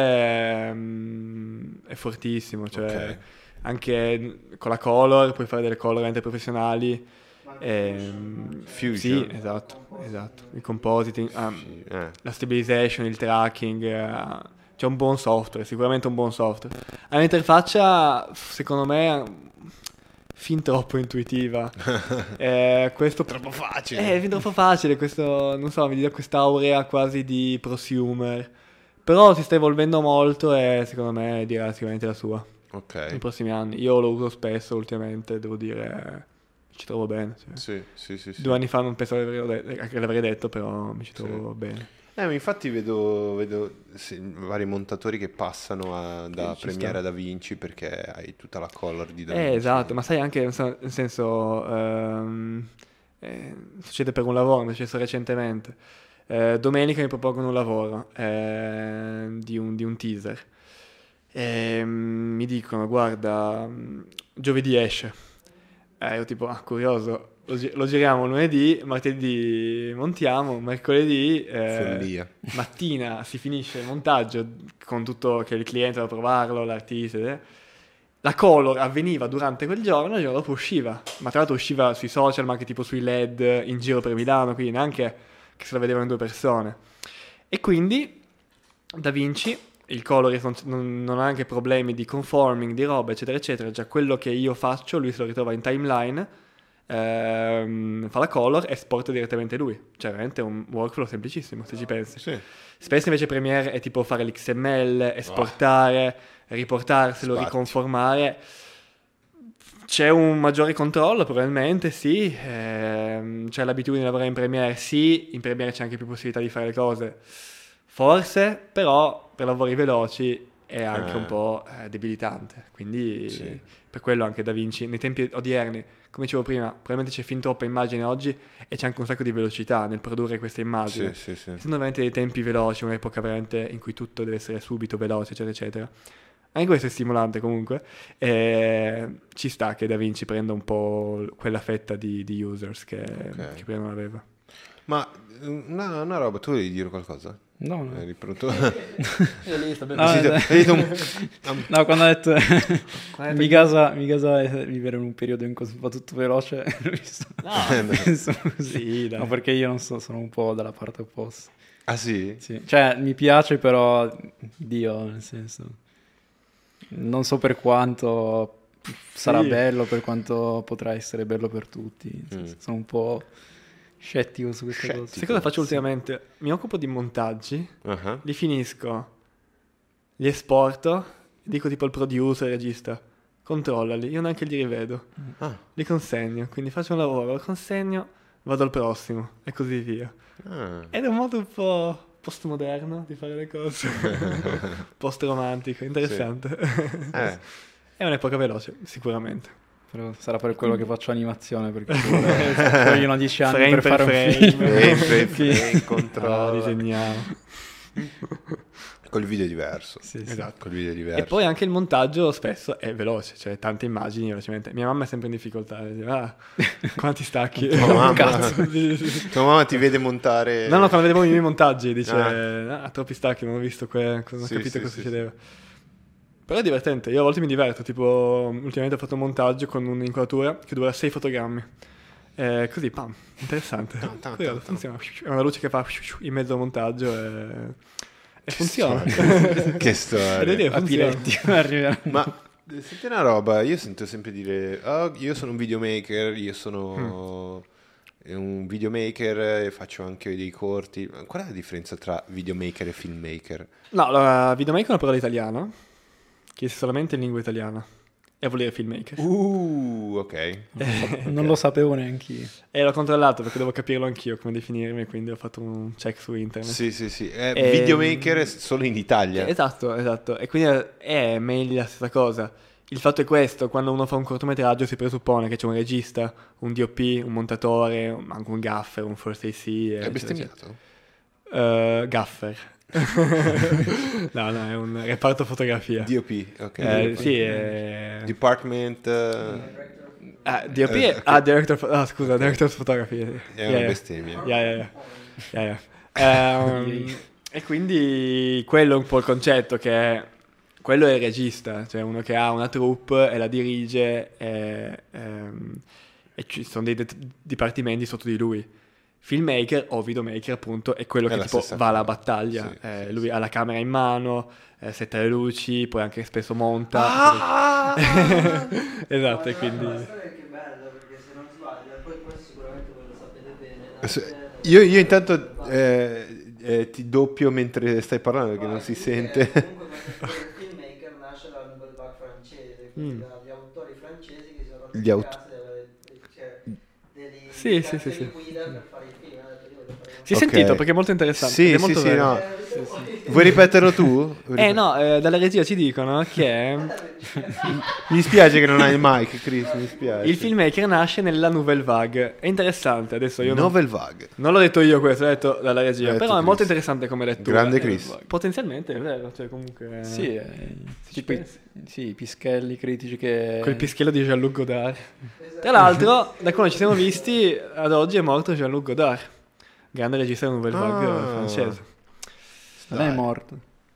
ehm, è fortissimo, cioè Ok. anche con la color puoi fare delle color veramente professionali. Ehm, Fusion. Sì, esatto, esatto. Il compositing, ah, Eh. la stabilization, il tracking, eh, c'è un buon software, sicuramente un buon software. Ha un'interfaccia, secondo me, fin troppo intuitiva. Eh, questo Troppo facile. Eh, è fin troppo facile, questo, non so, mi dà quest'aurea quasi di prosumer. Però si sta evolvendo molto e secondo me dirà sicuramente la sua nei Ok. prossimi anni. Io lo uso spesso ultimamente, devo dire, ci trovo bene. Cioè. Sì, sì, sì, sì. Due anni fa non penso che l'avrei detto, che l'avrei detto, però mi ci trovo bene. Eh, ma infatti vedo, vedo sì, vari montatori che passano a- da Sì, ci Premiere sta. a DaVinci perché hai tutta la color di DaVinci. Eh, esatto, ma sai anche, nel sen- nel senso, ehm, eh, succede per un lavoro, mi è successo recentemente. Eh, domenica mi propongono un lavoro eh, di, un, di un teaser. E mm, mi dicono, guarda, mm, giovedì esce. Eh, io tipo, ah, curioso, lo, gi- lo giriamo lunedì, martedì montiamo, mercoledì eh, Follia. mattina si finisce il montaggio con tutto che il cliente deve provarlo, l'artista, eh, la color avveniva durante quel giorno, il giorno dopo usciva, ma tra l'altro usciva sui social, ma anche tipo sui L E D in giro per Milano, quindi neanche che se la vedevano due persone. E quindi Da Vinci, il colorist non, non, non ha anche problemi di conforming, di roba, eccetera, eccetera, già quello che io faccio, lui se lo ritrova in timeline, ehm, fa la color e esporta direttamente lui, cioè veramente è un workflow semplicissimo, se ci pensi. Sì. Spesso invece Premiere è tipo fare l'X M L, esportare, riportarselo, Spazio. riconformare. C'è un maggiore controllo probabilmente, sì. Ehm, c'è l'abitudine di lavorare in Premiere, sì. In Premiere c'è anche più possibilità di fare le cose, forse, però per lavori veloci è anche Eh. un po' eh, debilitante. Quindi Sì. per quello anche Da Vinci, nei tempi odierni, come dicevo prima, probabilmente c'è fin troppa immagine oggi e c'è anche un sacco di velocità nel produrre queste immagini. Sì, sì, sì. Essendo veramente dei tempi veloci, un'epoca veramente in cui tutto deve essere subito, veloce, eccetera, eccetera. Anche questo è stimolante comunque. E ci sta che Da Vinci prenda un po' quella fetta di, di users che, Ok. che prima non aveva. Ma una, una roba, tu volevi dire qualcosa? No, no. Eri pronto? No, Hai sentito- eh, hai sentito un- no, quando ha detto detto mi che- casa, mi casa è vivere in un periodo in cui va tutto veloce, ho visto- penso così. Sì, dai. No, perché io non so, sono un po' dalla parte opposta. Ah sì? Sì. Cioè, mi piace però, Dio, nel senso, non so per quanto sarà Sì. bello, per quanto potrà essere bello per tutti. Nel senso, Mm. sono un po' scettico su queste Scettico. cose. Sai cosa faccio ultimamente? Mi occupo di montaggi, Ah, li finisco, li esporto, dico tipo al producer, al regista, controllali, io neanche li rivedo, ah, li consegno, quindi faccio un lavoro, lo consegno, vado al prossimo e così via. ah. Ed è un modo un po' postmoderno di fare le cose, post-romantico, interessante. Eh. È un'epoca veloce, sicuramente. Però sarà per quello che faccio animazione, perché ci vuole- vogliono dieci anni Frame per per fare un frame. film. Frame, frame, Sì. frame, Ah, controllo. disegniamo. Col video è diverso. Sì, sì. Esatto. Col video è diverso. E poi anche il montaggio spesso è veloce, cioè tante immagini velocemente. Mia mamma è sempre in difficoltà, dice, ah, quanti stacchi? Tua mamma- Cazzo, sì, sì. Tua mamma ti vede montare... No, no, quando vedevo i miei montaggi dice, Ah. ah, troppi stacchi, non ho visto, que- non ho Sì, capito sì, cosa sì, succedeva. Però è divertente, io a volte mi diverto, tipo ultimamente ho fatto un montaggio con un'inquadratura che dura sei fotogrammi. Eh, così, pam, interessante. Tam, tam, Curioso, tam, tam. funziona. È una luce che fa in mezzo al montaggio e, e funziona. storia. Che Ed storia. è vero, A funziona. Piletti arriveranno. Ma senti una roba, io sento sempre dire, "Oh, io sono un videomaker, io sono un videomaker e faccio anche dei corti." Qual è la differenza tra videomaker e filmmaker? No, allora, videomaker è una parola italiana che esiste solamente in lingua italiana e vuol dire filmmaker. Uh, ok. Non lo sapevo neanche io. E l'ho controllato perché devo capirlo anch'io come definirmi, quindi ho fatto un check su internet. Sì, sì, sì. Eh, Ehm, videomaker è solo in Italia. Esatto, esatto. E quindi è- è meglio la stessa cosa. Il fatto è questo, quando uno fa un cortometraggio si presuppone che c'è un regista, un D O P, un montatore, un- anche un gaffer, un first A C. È eccetera, bestemmiato? eccetera. Uh, gaffer. No, no, è un reparto fotografia. D O P, ok. Eh, sì, è... Department eh, Ah, D O P Eh, è... ok. Ah, director... Ah, scusa, director of photography. è Yeah, una yeah. bestemmia. Yeah, yeah, yeah. Yeah, yeah. Ehm, e quindi quello è un po' il concetto, che quello è il regista, cioè uno che ha una troupe e la dirige e, ehm, e ci sono dei det- dipartimenti sotto di lui. Filmmaker o videomaker appunto è quello È che la tipo stessa va alla cosa. battaglia. Sì, Eh, sì, lui sì. ha la camera in mano, eh, setta le luci, poi anche spesso monta. Ah! Esatto, e Ma quindi... La storia è che bella perché se non sbaglio, poi questo sicuramente voi lo sapete bene. Se- nasce- Io, io intanto eh, eh, ti doppio mentre stai parlando perché non si sente. Comunque questo filmmaker nasce dal Nouvelle Vague francese, quindi Mm. dagli autori francesi che si sono Gli aut- cercati delle, cioè, delle Sì, sì, sì, indicazioni sì. guida per fare il film. Hanno detto, io voglio fare Si è Ok. sentito perché è molto interessante. Sì, ed è sì, molto sì, vero. no. un- Vuoi ripeterlo tu? Eh no, eh, dalla regia ci dicono che Mi dispiace che non hai il mic, Chris, mi dispiace. il filmmaker nasce nella Nouvelle Vague. È interessante, adesso io non, Novel Vague. non l'ho detto io questo, l'ho detto dalla regia, L'ha detto però è Chris. molto interessante come lettura. Grande Eh, Chris. Potenzialmente è vero, cioè comunque... Sì, eh, ci tipo i, pensi. sì, i pischelli critici che... Quel pischello di Jean-Luc Godard. Tra l'altro, da quando ci siamo visti, ad oggi è morto Jean-Luc Godard, grande regista della Nouvelle Vague Ah. francese. Non è Dai. morto.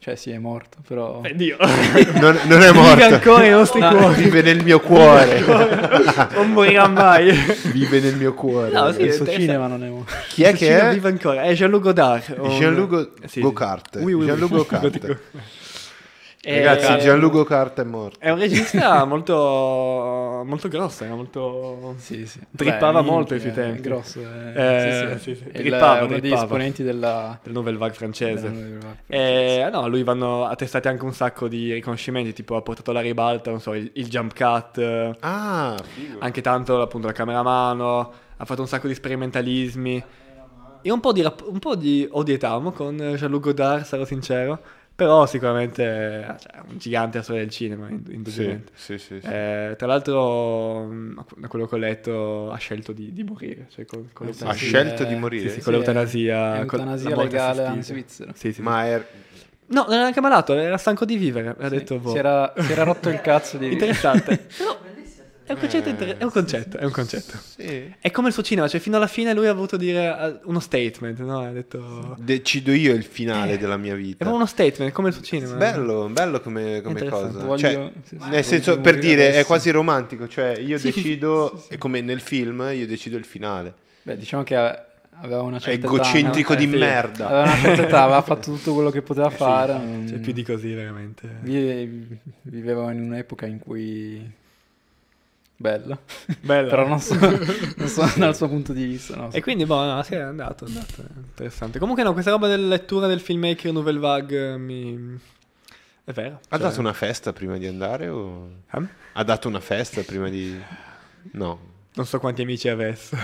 Cioè sì, è morto, però... Eh, Dio. Non, non è Vive morto. ancora nei nostri No. cuori. Vive nel mio cuore. Non morirà mai. Vive nel mio cuore. No, sì, il è suo interessante. cinema non è morto. Chi è Il che cinema è? vive ancora. È Jean-Luc Godard. un- Jean-Luc Sì, sì. Gocart. Oui, oui, oui. Jean-Luc Gocart. Gotico. Ragazzi, Eh, Jean-Luc Gocart è morto. È un regista molto, molto grosso, era molto... Sì, sì. Trippava Beh, molto ai minchia, suoi tempi. È grosso. È, Eh, sì, sì. sì, sì. È il- Trippava, uno degli trippava. esponenti della... del Nouvelle Vague francese. della Nouvelle Vague. E no, lui vanno attestati anche un sacco di riconoscimenti, tipo ha portato alla ribalta, non so, il, il jump cut, eh, Ah, figo. anche tanto appunto la camera a mano, ha fatto un sacco di sperimentalismi e un po' di, rap- un po' di odietamo con Jean-Luc Godard, sarò sincero, però sicuramente eh, cioè, è un gigante della storia del cinema, ind- Sì, indubbiamente. sì, sì, sì. Eh, tra l'altro, mh, da quello che ho letto, ha scelto di, di morire, cioè con, con Ah, sì, Ha l'eutanasia. scelto eh, di morire? Sì, sì, Sì, con l'eutanasia. è con eutanasia la morte legale in assistita. Svizzera. Sì, sì. Ma è... No, non era neanche malato, era stanco di vivere. Ha Sì, detto, boh. si, era, si era rotto il cazzo di... Interessante. Però Bellissima è un concetto, inter- è un concetto, è un concetto. Sì. È come il suo cinema, cioè fino alla fine lui ha voluto dire eh, uno statement, no? Ha detto... Decido io il finale Eh, della mia È vita. proprio uno statement, come il suo cinema. Bello, bello come, come Interessante. cosa. Voglio- Cioè, sì, sì, nel senso, voglio per morire dire, è adesso. quasi romantico. Cioè, io Sì, sì, decido, sì, sì, sì. è come nel film, io decido il finale. Beh, diciamo che aveva una È certa egocentrico età, no? di sì. merda. Aveva una certa età, aveva fatto tutto quello che poteva fare. non- Cioè più di così, veramente. vi- Viveva in un'epoca in cui... Bella. Bello. Però non so, non so dal suo punto di vista. No, E quindi, boh, no, sì, è andato, è andato. È interessante. Comunque no, questa roba della lettura del filmmaker Nouvelle Vague eh, mi... È vero. Ha cioè- dato una festa prima di andare o... Eh? Ha dato una festa prima di... No. Non so quanti amici avesse.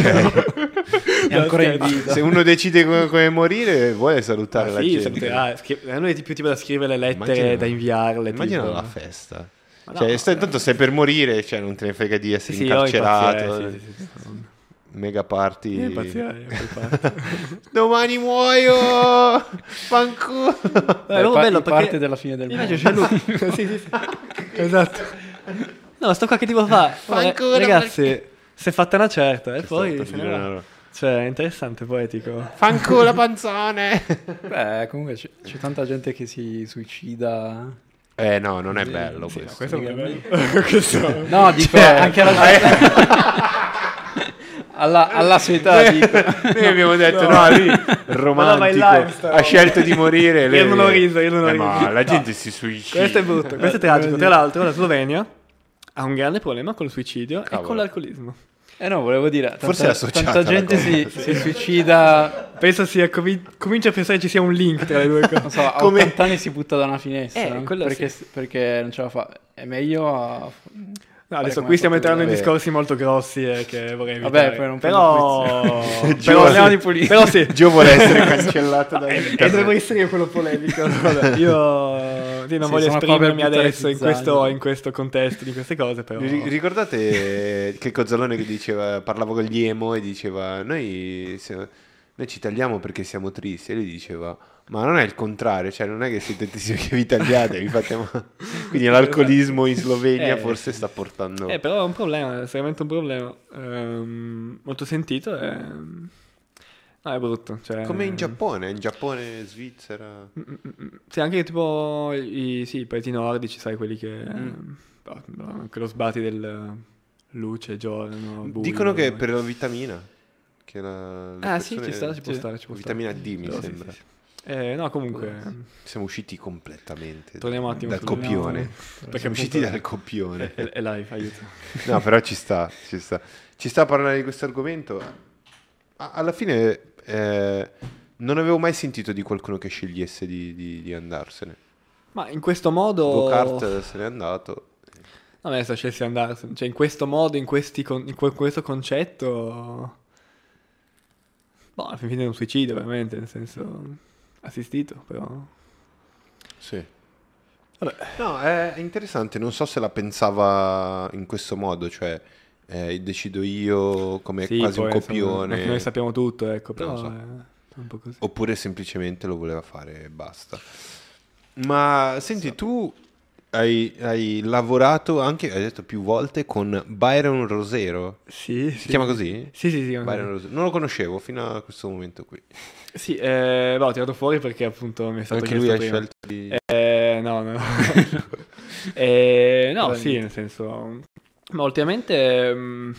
È ancora in No, scherzo. vita. Se uno decide come, come morire, vuole salutare Ah, la sì, gente. saluterà. Scri- a lui è più tipo da scrivere le lettere, Immagina- da inviarle. Immagina tipo. la festa. Ma no, Cioè, stai, eh. tanto stai per morire, cioè non te ne frega di Sì, essere sì, io incarcerato. impazzirei, sì, sì, sì, sì. Mega party. Io impazzirei, a quel punto. Domani muoio! Fanculo! È Beh, proprio pa- bello in perché... parte della fine del Io mondo. faccio Jean-Luc. Sì, sì, sì. Esatto. No, sto qua che tipo fa. Fanculo, Ragazzi, perché- si è fatta una certa e poi Sto se per ne dire va. una roba. Cioè, è interessante, poetico. Fanculo panzone! Beh, comunque c'è, c'è tanta gente che si suicida. Eh no, non è Sì, bello Sì, no, questo. questo non è bello. Questo... No, dico Cioè, anche alla alla, alla sua età, Noi- dico. Noi abbiamo detto, No. no, lui Ma no, ma in romantico, live stavo- ha scelto di morire. lei- Io non ho riso, io non ho Eh, ma riso. la No. gente si suicida. Questo è brutto, questo è tragico. Tra l'altro, la Slovenia ha un grande problema con il suicidio e Cavolo. con l'alcolismo. Eh no, volevo dire, tanta, Forse è associata tanta la gente si, cosa. si suicida, Penso sia, comi- comincio a pensare ci sia un link tra le due cose. non so, a Come- ottanta anni si butta da una finestra, Eh, no? quello perché, sì. perché non ce la fa. È meglio a... No, adesso come qui stiamo ha fatto entrando in lui. discorsi molto grossi e che vorrei evitare. Vabbè, poi non però... Gio- però, parliamo sì. di politica. Però sì. Gio vuole essere cancellato da E internet. dovevo essere io quello polemico. Vabbè, io sì, non Sì, voglio sono qua per esprimermi buttare adesso in zizzania. questo, in questo contesto di queste cose, però... Ri- Ricordate che Cozzalone che diceva, parlava con gli emo e diceva noi, se- noi ci tagliamo perché siamo tristi, e lui diceva ma non è il contrario, cioè non è che siete tristi perché vi tagliate, vi fate male. Quindi l'alcolismo in Slovenia Eh, forse sì. sta portando... Eh, però è un problema, è seriamente un problema. Ehm, molto sentito e... No, è brutto. Cioè... Come in Giappone, in Giappone, Svizzera... Mm, mm, mm. Sì, anche tipo i, sì, i paesi nordici, sai, quelli che... Mm. boh, no, anche lo sbatti del luce, giorno, buio. Dicono che per la vitamina. Che la, le Ah sì, persone- ci sta, ci può sì, stare, ci può vitamina stare. D mi Però sì, sembra. sì, sì. Eh, no, comunque... Siamo usciti completamente Torniamo un attimo dal sul- copione. no, perché Siamo usciti appunto- dal copione. È, è live, aiuto. No, però ci sta, ci sta. Ci sta a parlare di questo argomento. A- alla fine eh, non avevo mai sentito di qualcuno che scegliesse di, di- di andarsene. Ma in questo modo... Go-Kart se n'è andato. No, adesso scelse di andarsene. Cioè, in questo modo, in, questi con- in que- questo concetto... Boh, alla fine è un suicidio, veramente, nel senso... Assistito, però... Sì. Vabbè. No, è interessante, non so se la pensava in questo modo, cioè eh, decido io come Sì, quasi un poi, insomma, copione, noi sappiamo tutto, ecco, però lo so. è un po' così. oppure semplicemente lo voleva fare e basta. Ma senti, tu hai, hai lavorato anche, hai detto più volte, con Byron Rosero. Sì, Si sì. chiama così? Sì, sì, sì. Byron Rosero. Non lo conoscevo fino a questo momento qui. Sì, eh, beh, ho tirato fuori perché appunto mi è stato Anche lui chiesto ha prima. scelto di... Eh, no, no, no. Eh, no, Vabbè, sì, niente. nel senso... Ma ultimamente... mm,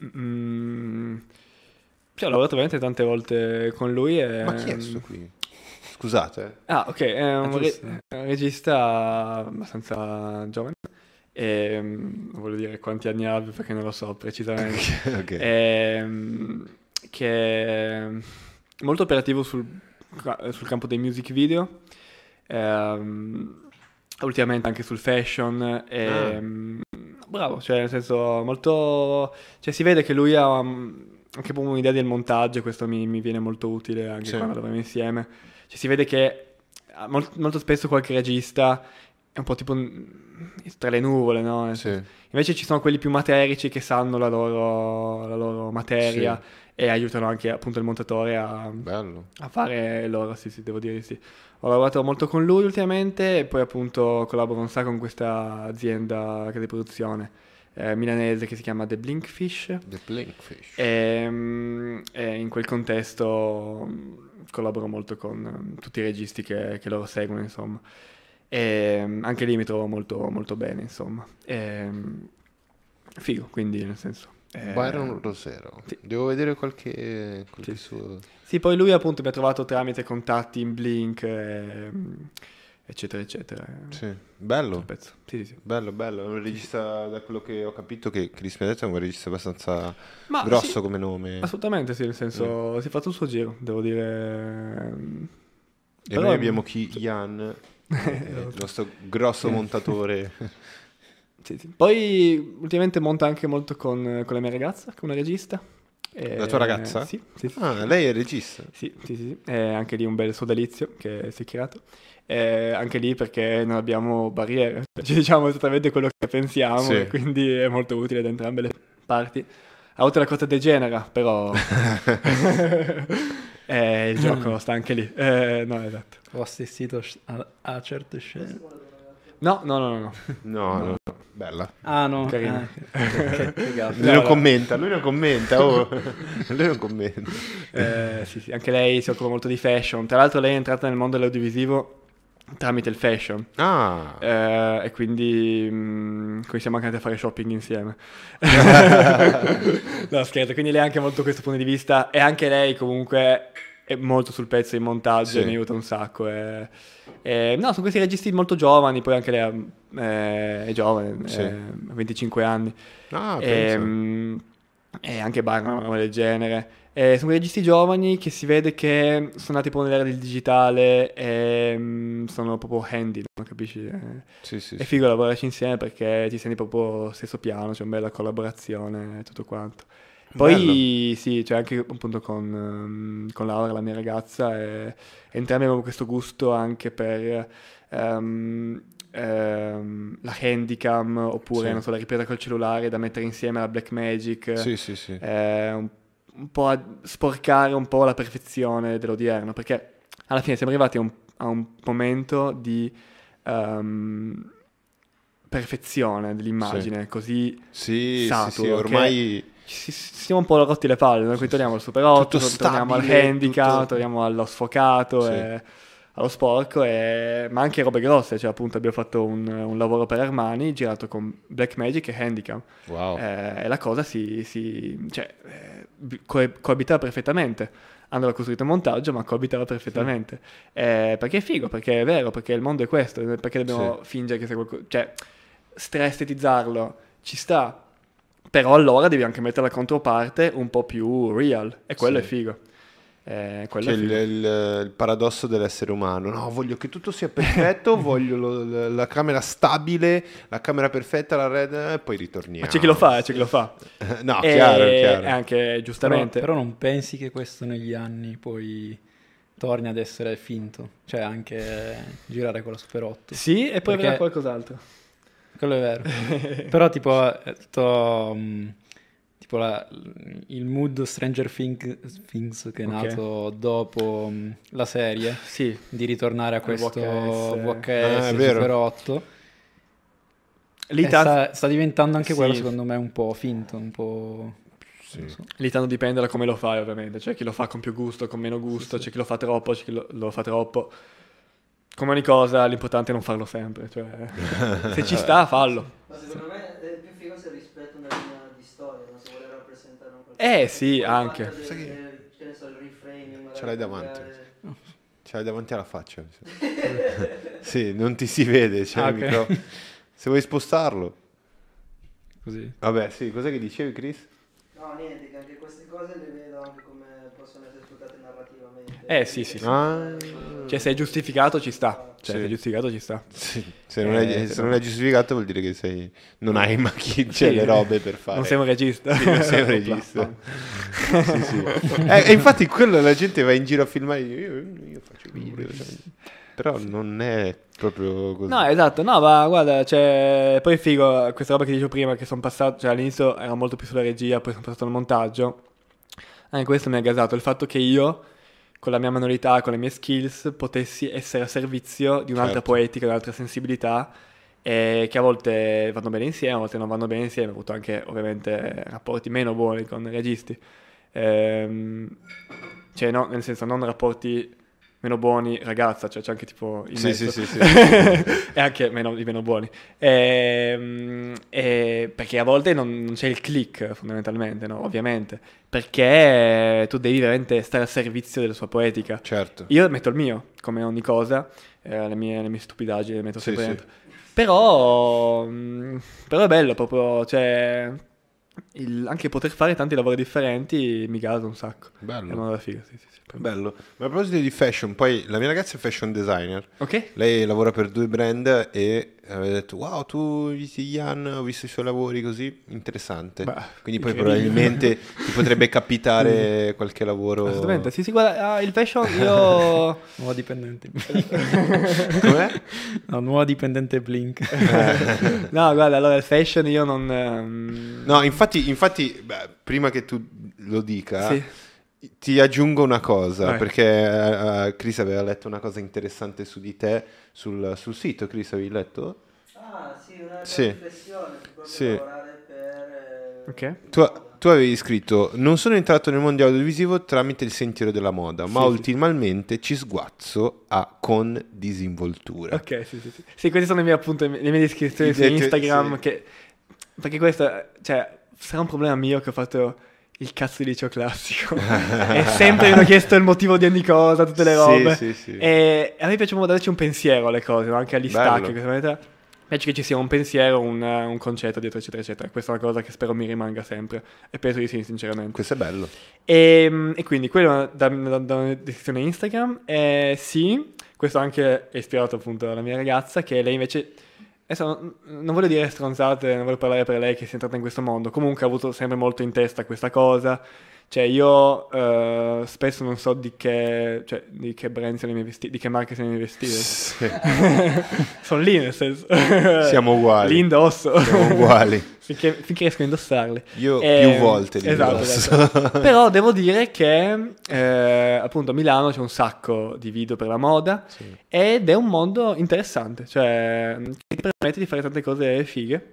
mm, sì, ho lavorato veramente tante volte con lui e... Ma chi è sto qui? Scusate. Ah, ok, è un, Ah, re- giusto. è un regista abbastanza giovane. E, mm, non voglio dire quanti anni abbia perché non lo so precisamente. eh. Ok. Ehm, che è molto operativo sul, sul campo dei music video, ehm, ultimamente anche sul fashion. E, Ah. mm, bravo, cioè nel senso molto... Cioè si vede che lui ha mm, anche proprio un'idea del montaggio, e questo mi, mi viene molto utile anche Sì. quando lavoriamo insieme. Cioè si vede che ah, mol- molto spesso qualche regista è un po' tipo mm, tra le nuvole, no? Nel Sì. senso- Invece ci sono quelli più materici che sanno la loro, la loro materia e aiutano anche appunto il montatore a, Bello. a fare loro, sì sì, devo dire di sì. Ho lavorato molto con lui ultimamente e poi appunto collaboro un sacco con questa azienda di produzione eh, milanese che si chiama The Blinkfish The Blinkfish. e, mm, e in quel contesto mm, collaboro molto con mm, tutti i registi che, che loro seguono, insomma. E mm, anche lì mi trovo molto, molto bene, insomma. E, mm, figo, quindi nel senso. eh, Byron Rosero. sì. Devo vedere qualche, qualche Sì, suo... Sì, poi lui appunto mi ha trovato tramite contatti in Blink, e, mm, eccetera, eccetera. Sì. Sul Bello. pezzo. Sì, sì, sì. Bello, bello. È un regista, da quello che ho capito, che Chris mi ha detto, è un regista abbastanza Ma grosso sì, come nome. assolutamente sì, nel senso si fa tutto il suo giro, devo dire. E Però- noi abbiamo chi? Ian, eh, il nostro grosso montatore. Sì, sì. Poi ultimamente monta anche molto con, con la mia ragazza, che è una regista. E- La tua ragazza? Sì, sì, sì. Ah, lei è regista. Sì, sì, sì, sì. E anche lì un bel sodalizio che si è creato. E anche lì perché non abbiamo barriere, ci diciamo esattamente quello che pensiamo Sì. e quindi è molto utile da entrambe le parti. A volte la cosa degenera, però eh, il gioco sta anche lì. Eh, no, esatto. Ho assistito sc- a, a certe scene. No, no, no, no, no. No, no, no. Bella. Ah no, Carino. ah, che, che, che gatto. Lui No, non no. commenta, lui non commenta, oh. Lui non commenta. Eh, sì, sì, anche lei si occupa molto di fashion. Tra l'altro lei è entrata nel mondo dell'audiovisivo tramite il fashion. Ah, Eh, e quindi mh, qui siamo anche andati a fare shopping insieme. No, scherzo, quindi lei ha anche molto questo punto di vista e anche lei comunque è molto sul pezzo di montaggio Sì. e mi aiuta un sacco. E, e, no, sono questi registi molto giovani, poi anche lei eh, è giovane, Sì. eh, ha venticinque anni. ah e, pensa. mh, e anche Byron del genere. E sono registi giovani che si vede che sono nati proprio nell'era del digitale e mh, sono proprio handy, no? Capisci? Eh, Sì, sì, È sì. figo lavorarci insieme perché ti senti proprio stesso piano, c'è una bella collaborazione e tutto quanto. Poi sì, c'è anche appunto con, ehm, con Laura, la mia ragazza, e entrambi abbiamo questo gusto anche per ehm, ehm, la handycam oppure Sì. non so, la ripresa col cellulare da mettere insieme alla Blackmagic. Sì, sì, sì. eh, un, un po' a sporcare un po' la perfezione dell'odierno, perché alla fine siamo arrivati a un, a un momento di ehm, perfezione dell'immagine, così Sì, sì, saturo, sì, che ormai ci, ci siamo un po' rotti le palle, noi qui torniamo al Super otto, tutto torniamo al stabile, handicap, tutto- torniamo allo sfocato, Sì. e allo sporco, e- ma anche robe grosse, cioè appunto abbiamo fatto un, un lavoro per Armani girato con Blackmagic e Handicam. wow. Eh, e la cosa si, si cioè, eh, co- coabitava perfettamente. Hanno costruito un montaggio, ma coabitava perfettamente. Eh, perché è figo, perché è vero, perché il mondo è questo, perché dobbiamo fingere che sia qualcosa... Cioè, stra-estetizzarlo ci sta, però allora devi anche mettere la controparte un po' più real, e quello Sì. è figo. Eh, quello C'è è il, figo. il- il paradosso dell'essere umano. No, voglio che tutto sia perfetto, voglio lo- la camera stabile, la camera perfetta, la red, e poi ritorniamo. Ma c'è chi lo fa, eh, c'è chi lo fa. No, E- chiaro, chiaro. E anche Però, giustamente... però non pensi che questo negli anni poi torni ad essere finto? Cioè anche girare con la Super otto. Sì, e poi Perché- avrà qualcos'altro. Quello è vero. Però tipo, è tutto, mm, tipo la- il mood Stranger Thing- Things che è Ok. nato dopo mm, la serie, Sì, di ritornare a Al questo V H S. V H S, Ah, è vero. Super otto. lì Eh, ta- sta, sta diventando anche Sì. quello secondo me un po' finto, un po'... Sì. non so. lì tanto dipende da come lo fai, ovviamente. C'è chi lo fa con più gusto, con meno gusto, c'è chi lo fa troppo, c'è chi lo, lo fa troppo. Come ogni cosa, l'importante è non farlo sempre. Cioè, se ci sta, fallo. Ma secondo me è più figo se rispetta una linea di storia, no? Se vuole rappresentare un qualcosa. Eh, sì, Poi anche. fatta del- Sai che- del- che ne so, il reframing, magari Ce l'hai davanti. cambiare- Ce l'hai davanti alla faccia. Sì, non ti si vede, c'è Ah, il ok. microfono. Se vuoi spostarlo. Così. Vabbè, sì, cos'è che dicevi, Chris? No, niente, che anche queste cose le vedo anche come possono essere sfruttate narrativamente. Eh, sì, sì, sì. Ah, Cioè, se è giustificato, ci sta. Cioè, Sì. se è giustificato, ci sta. sì. Se, non è, Eh, se non è giustificato vuol dire che sei, non hai macchine, cioè Sì. le robe per fare. Non sei un regista. Sì, non sei un regista. Sì, sì. Eh, e infatti quello la gente va in giro a filmare, io, io faccio video, cioè, però non è proprio così. No, esatto, no, ma guarda, cioè, poi è figo, questa roba che dicevo prima, che sono passato, cioè all'inizio ero molto più sulla regia, poi sono passato al montaggio, anche questo mi ha gasato, il fatto che io, con la mia manualità, con le mie skills, potessi essere a servizio di un'altra Certo. poetica, di un'altra sensibilità, e che a volte vanno bene insieme, a volte non vanno bene insieme, ho avuto anche ovviamente rapporti meno buoni con i registi, Ehm, cioè no, nel senso non rapporti meno buoni ragazza, cioè c'è anche tipo in Sì, mezzo. sì, sì, sì. E anche meno, di meno buoni. Ehm, e perché a volte non, non c'è il click fondamentalmente, no? Ovviamente, perché tu devi veramente stare a servizio della sua poetica. Certo. Io metto il mio, come ogni cosa, eh, le, mie, le mie stupidaggini le metto Sì, sempre sì. dentro. Però, mh, però è bello proprio, cioè, il- anche poter fare tanti lavori differenti mi gasa un sacco. È Bello. una roba figa, sì, sì, sì. Bello. Ma a proposito di fashion, poi la mia ragazza è fashion designer. Ok? Lei lavora per due brand e aveva detto: wow, tu visti Ian, ho visto i suoi lavori così, interessante. Beh, Quindi poi incredibile. probabilmente ti potrebbe capitare qualche lavoro. Assolutamente, sì, sì, guarda, ah, il fashion io... Nuova dipendente. Com'è? No, nuova dipendente Blink. No, guarda, allora il fashion io non... ehm, No, infatti, infatti beh, prima che tu lo dica, Sì. ti aggiungo una cosa, Vai. perché eh, eh, Chris aveva letto una cosa interessante su di te sul, sul sito. Chris, avevi letto? Ah, sì, una Sì. riflessione su proprio Sì. lavorare per... eh, Ok. Tu, tu avevi scritto: non sono entrato nel mondo audiovisivo tramite il sentiero della moda, ma Sì, sì. ultimamente ci sguazzo a con disinvoltura. Ok, sì, sì, sì. Sì, queste sono le mie, appunto, le mie descrizioni I su detti- Instagram sì. che... Perché questo, cioè, sarà un problema mio che ho fatto il cazzo di liceo classico. E sempre mi hanno chiesto il motivo di ogni cosa, tutte le Sì, robe. sì, sì. E a me piace molto darci un pensiero alle cose, no? Anche agli Bello. stacchi. Questa maniera. Piace che ci sia un pensiero, un, un concetto dietro, eccetera, eccetera. Questa è una cosa che spero mi rimanga sempre. E penso di sì, sinceramente. Questo è bello. E, e quindi quello da, da, da una descrizione Instagram. E sì, questo anche è ispirato appunto alla mia ragazza, che lei invece... Adesso non, non voglio dire stronzate, non voglio parlare per lei che si è entrata in questo mondo. Comunque ha avuto sempre molto in testa questa cosa. Cioè io eh, spesso non so di che, cioè, di che brand siano i miei vestiti, di che marche siano i miei vestiti. Sì. Sono lì nel senso. Siamo uguali. Li indosso. Siamo uguali. finché, finché riesco a indossarli. Io Eh, più volte li esatto, indosso. esatto. Però devo dire che eh, appunto a Milano c'è un sacco di video per la moda Sì. ed è un mondo interessante, cioè che ti permette di fare tante cose fighe.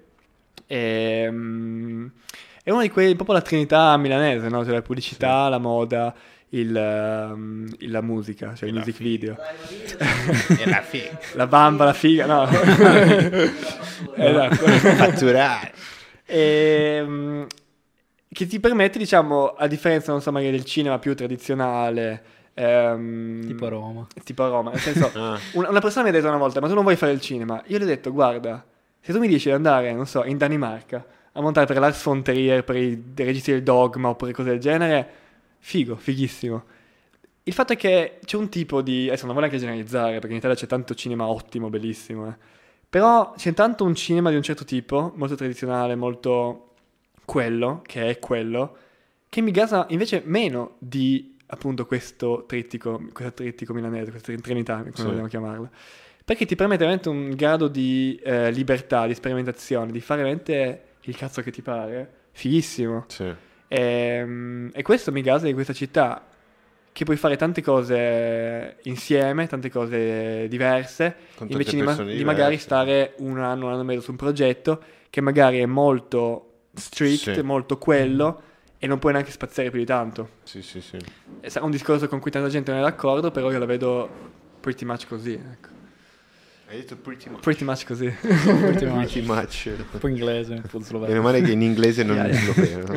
E, mm, è una di quei, proprio la trinità milanese, no? Cioè la pubblicità, la moda, il, um, il- la musica, cioè il music video. Dai, ma io- E la figa. La bamba, la figa, no. Esatto. Fatturare. E, mm, che ti permette, diciamo, a differenza, non so, magari del cinema più tradizionale, ehm, Tipo a Roma. tipo a Roma, nel senso, Ah. una, una persona mi ha detto una volta, ma tu non vuoi fare il cinema? Io le ho detto, guarda, se tu mi dici di andare, non so, in Danimarca, a montare per Lars von Trier, per i registi del Dogma oppure cose del genere, figo, fighissimo. Il fatto è che c'è un tipo di... Adesso non voglio anche generalizzare, perché in Italia c'è tanto cinema ottimo, bellissimo, eh. Però c'è tanto un cinema di un certo tipo, molto tradizionale, molto quello, che è quello, che mi gasa invece meno di, appunto, questo trittico, questo trittico milanese, questa trinità, come Sì. vogliamo chiamarla. Perché ti permette veramente un grado di eh, libertà, di sperimentazione, di fare veramente il cazzo che ti pare, fighissimo. Sì. E, e questo mi gasa di questa città. che puoi fare tante cose insieme, tante cose diverse, Con tante invece di, ma- persone di magari diverse. stare un anno, un anno e mezzo su un progetto che magari è molto strict, Sì. molto quello, e non puoi neanche spaziare più di tanto. Sì, sì, sì. È sarà un discorso con cui tanta gente non è d'accordo, però io la vedo pretty much così, ecco. Hai detto pretty much. Pretty much così. Pretty much. Pretty much. Un po' inglese, un po' sloveno. Meno male che in inglese non Yeah, yeah. lo vedo.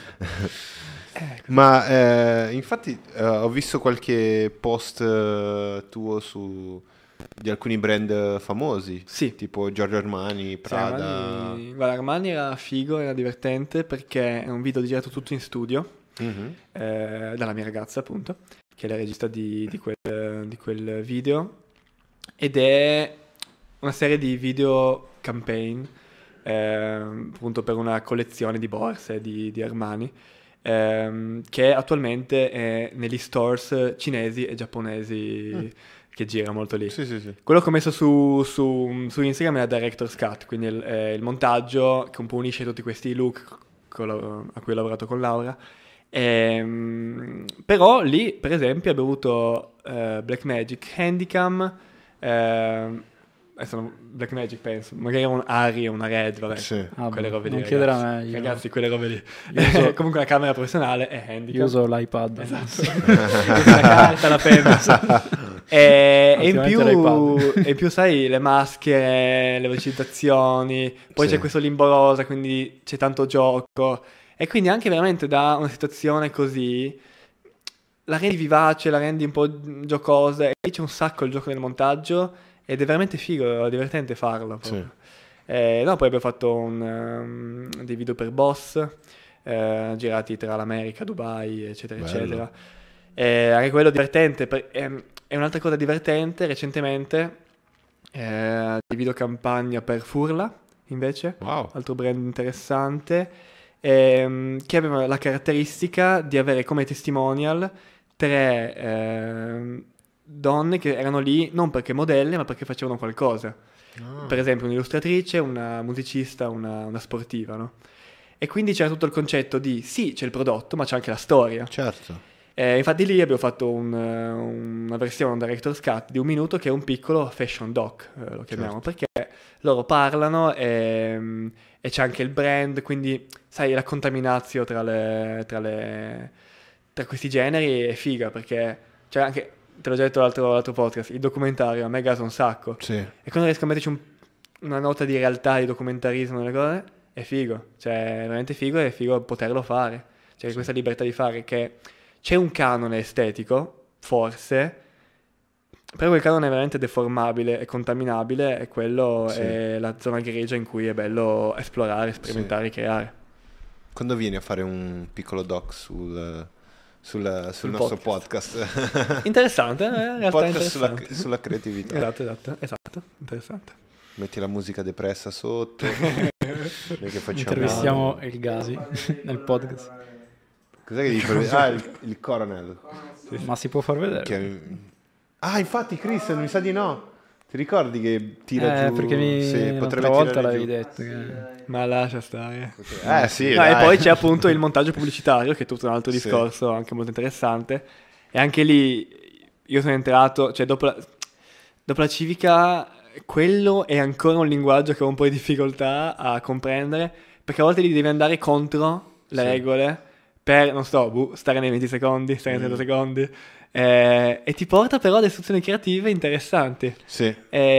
Ma eh, infatti eh, ho visto qualche post eh, tuo su di alcuni brand famosi, Sì. tipo Giorgio Armani, Prada. Sì, Armani, guarda, Armani era figo, era divertente perché è un video girato tutto in studio, Mhm. eh, dalla mia ragazza appunto, che è la regista di, di quel, di quel video, ed è una serie di video campaign, ehm, appunto per una collezione di borse di, di Armani, ehm, che attualmente è negli stores cinesi e giapponesi, Mm. che gira molto lì. Sì, sì, sì. Quello che ho messo su, su, su Instagram è la Director's Cut, quindi il, è il montaggio che un po' unisce tutti questi look con la- a cui ho lavorato con Laura. Ehm, però lì, per esempio, abbiamo avuto eh, Blackmagic Handycam, ehm, adesso non- Blackmagic penso, magari un Ari o una Red, vabbè, Sì. Ah, quelle boh, robe lì, non chiedere a ragazzi. me, io- Ragazzi, quelle robe lì. Io uso- Comunque la camera professionale è Handycam. Io uso l'iPad. Esatto. La carta, la penna. E, e in più, Ultimamente e in più, sai, le maschere, le recitazioni, poi Sì. c'è questo limbo rosa, quindi c'è tanto gioco. E quindi anche veramente da una situazione così la rendi vivace, la rendi un po' giocosa, e lì c'è un sacco il gioco del montaggio ed è veramente figo, è divertente farlo. Sì. proprio. Eh, no, poi abbiamo fatto un, um, dei video per Boss, eh, girati tra l'America, Dubai, eccetera, Bello. eccetera. Eh, anche quello divertente. per- ehm, è un'altra cosa divertente, recentemente, eh, di videocampagna per Furla, invece, Wow. altro brand interessante, ehm, che aveva la caratteristica di avere come testimonial tre ehm, donne che erano lì non perché modelle, ma perché facevano qualcosa. Ah. Per esempio un'illustratrice, una musicista, una, una sportiva, no? E quindi c'era tutto il concetto di sì, c'è il prodotto, ma c'è anche la storia. Certo. Eh, infatti lì abbiamo fatto un, eh, una versione, un director's cut di un minuto che è un piccolo fashion doc, eh, lo chiamiamo, perché loro parlano e, e c'è anche il brand, quindi sai la contaminazio tra, le, tra, le, tra questi generi è figa, perché c'è anche, te l'ho già detto l'altro, l'altro podcast, il documentario a me gasa un sacco, Sì. e quando riesco a metterci un- una nota di realtà, di documentarismo nelle cose, è figo, cioè è veramente figo, e è figo poterlo fare, cioè Sì. questa libertà di fare che... C'è un canone estetico, forse, però quel canone è veramente deformabile e contaminabile, e quello Sì. è la zona grigia in cui è bello esplorare, sperimentare, creare. Quando vieni a fare un piccolo doc sul, sul, sul Sul nostro podcast? Interessante, eh, in realtà Podcast sulla, interessante. sulla creatività. Esatto, esatto, esatto, interessante. Metti la musica depressa sotto. Noi che facciamo? Intervistiamo il Gasi nel podcast. Cos'è che dici? Ah, il, il Coronel. Ma si può far vedere? Che- Ah, infatti, Chris, mi sa di no. Ti ricordi che tira Eh, giù? perché mi Sì, l'altra potrebbe volta tirare l'avevi giù. detto che... Ma lascia stare. Eh sì, No, e dai. poi c'è appunto il montaggio pubblicitario, che è tutto un altro Sì. discorso anche molto interessante. E anche lì io sono entrato, cioè dopo la, dopo la civica, quello è ancora un linguaggio che ho un po' di difficoltà a comprendere, perché a volte lì devi andare contro le Sì. regole per, non so, boh, stare nei venti secondi, stare nei Mm. trenta secondi. Eh, e ti porta però ad istruzioni creative interessanti. Sì,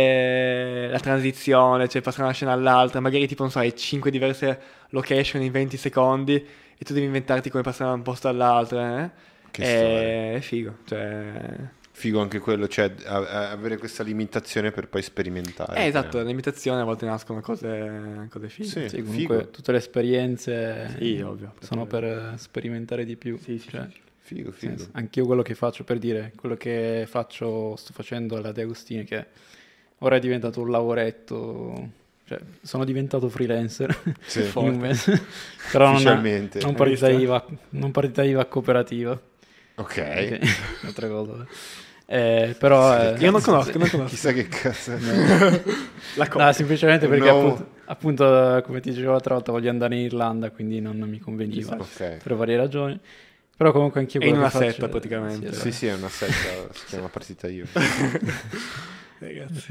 Eh, la transizione, cioè passare da una scena all'altra, magari tipo, non so, hai cinque diverse location in venti secondi e tu devi inventarti come passare da un posto all'altro, eh? che Eh, storia. È figo, cioè... Figo anche quello, cioè a- a- avere questa limitazione per poi sperimentare. Eh, esatto, nell'imitazione a volte nascono cose, cose fighe. Sì, Sì, comunque figo. tutte le esperienze Sì, ovvio. sono per eh, sperimentare di più. Sì, sì, Cioè, sì. Figo, nel senso, figo. anch'io quello che faccio, per dire, quello che faccio, sto facendo alla De Agostini, che ora è diventato un lavoretto, cioè sono diventato freelancer Sì, in un mese, però non, ufficialmente. non Hai partita visto? I V A, non partita I V A cooperativa, Ok. che è un'altra cosa. Eh, però eh, Io non conosco, non conosco. Chissà che cazzo. La cosa. no, semplicemente Un perché nuovo- appunto, appunto, come ti dicevo l'altra volta, voglio andare in Irlanda, quindi non mi conveniva Ok. per varie ragioni. Però comunque anche io È in quello una che faccio- setta, praticamente. sì, Sì, sì, è una setta, si chiama partita io. Ragazzi.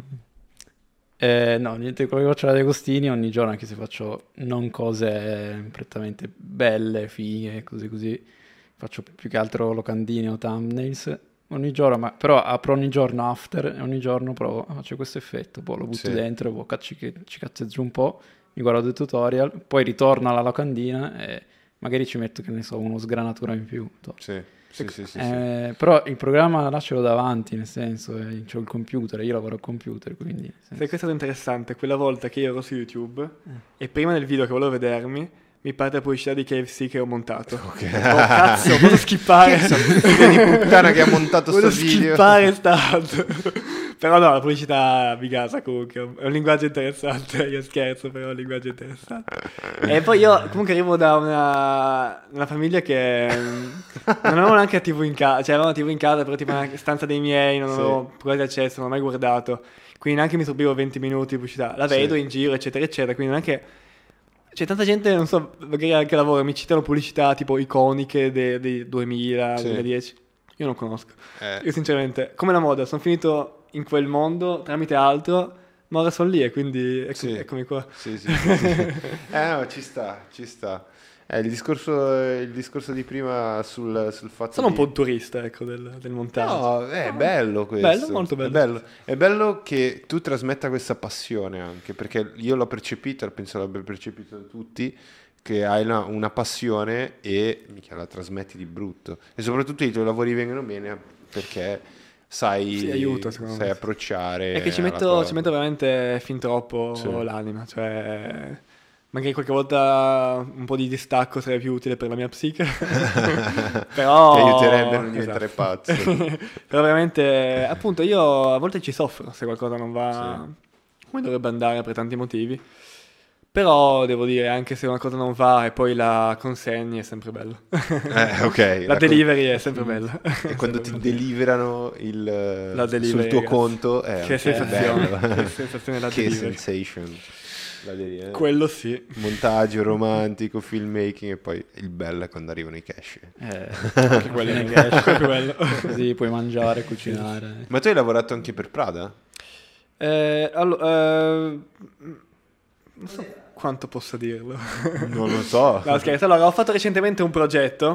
Eh, no, niente, quello che faccio alla De Agostini ogni giorno, anche se faccio non cose prettamente belle, fighe, così così, faccio più che altro locandine o thumbnails, ogni giorno, ma però apro ogni giorno After e ogni giorno provo, ah, c'è questo effetto, poi lo butto Sì. dentro, poi cacci- che- ci cazzeggio un po', mi guardo dei tutorial, poi ritorno alla locandina e magari ci metto, che ne so, uno sgranatura in più. to. Sì, sì, sì, sì, sì. Eh, però il programma là ce l'ho davanti, nel senso, eh, c'ho il computer, io lavoro al computer, quindi... nel senso- Sai che è stato interessante? Quella volta che io ero su YouTube Eh. e prima del video che volevo vedermi mi parte la pubblicità di K F C che ho montato. Ok. Oh cazzo, posso skippare? Figlio di puttana che ha montato sto Volevo video. skippare stato. Però no, la pubblicità mi gasa comunque, è un linguaggio interessante, io scherzo, però è un linguaggio interessante. E poi io comunque arrivo da una, una famiglia che mm, non avevo neanche la tivù in casa, cioè avevo la tivù in casa, però tipo nella stanza dei miei, non Sì. avevo quasi accesso, non ho mai guardato, quindi neanche mi subivo venti minuti di pubblicità, la Sì. vedo in giro, eccetera, eccetera, quindi non è che... C'è tanta gente, non so, magari anche lavoro, mi citano pubblicità tipo iconiche dei, dei duemila, Sì. duemiladieci, io non conosco. Eh, Io sinceramente, come la moda, sono finito in quel mondo tramite altro, ma ora sono lì e quindi ecco- Sì. eccomi qua. sì, sì, sì, sì. Eh no, ci sta, ci sta. Eh, il discorso, il discorso di prima sul, sul fatto Sono un di... po' un turista, ecco, del, del montaggio. No, è bello questo. Bello, molto bello. È bello. È bello che tu trasmetta questa passione anche, perché io l'ho percepito, e penso l'abbia percepito tutti, che hai una, una passione e mica la trasmetti di brutto. E soprattutto i tuoi lavori vengono bene perché sai, Sì, aiuta, secondo sai me. approcciare. È che ci alla metto, tua- ci metto veramente fin troppo Sì. l'anima, cioè... Magari qualche volta un po' di distacco sarebbe più utile per la mia psiche. Però... Ti aiuterebbe a non diventare Esatto. pazzo. Però veramente, appunto, io a volte ci soffro se qualcosa non va come dovrebbe andare per tanti motivi. Però devo dire, anche se una cosa non va e poi la consegni è sempre bello. Eh, ok. La co- delivery è sempre bella. E quando ti deliverano il, La delivery, sul tuo ragazzi. conto è Che anche sensazione, bello. che sensazione la Che delivery. sensation. La delivery, eh. Quello sì. Montaggio romantico, filmmaking e poi il bello è quando arrivano i cash. Eh, Anche quello è anche quello. così puoi mangiare, cucinare. Ma tu hai lavorato anche per Prada? Eh, allora, eh, non so quanto posso dirlo. Non lo so. No, scherzo. Allora, ho fatto recentemente un progetto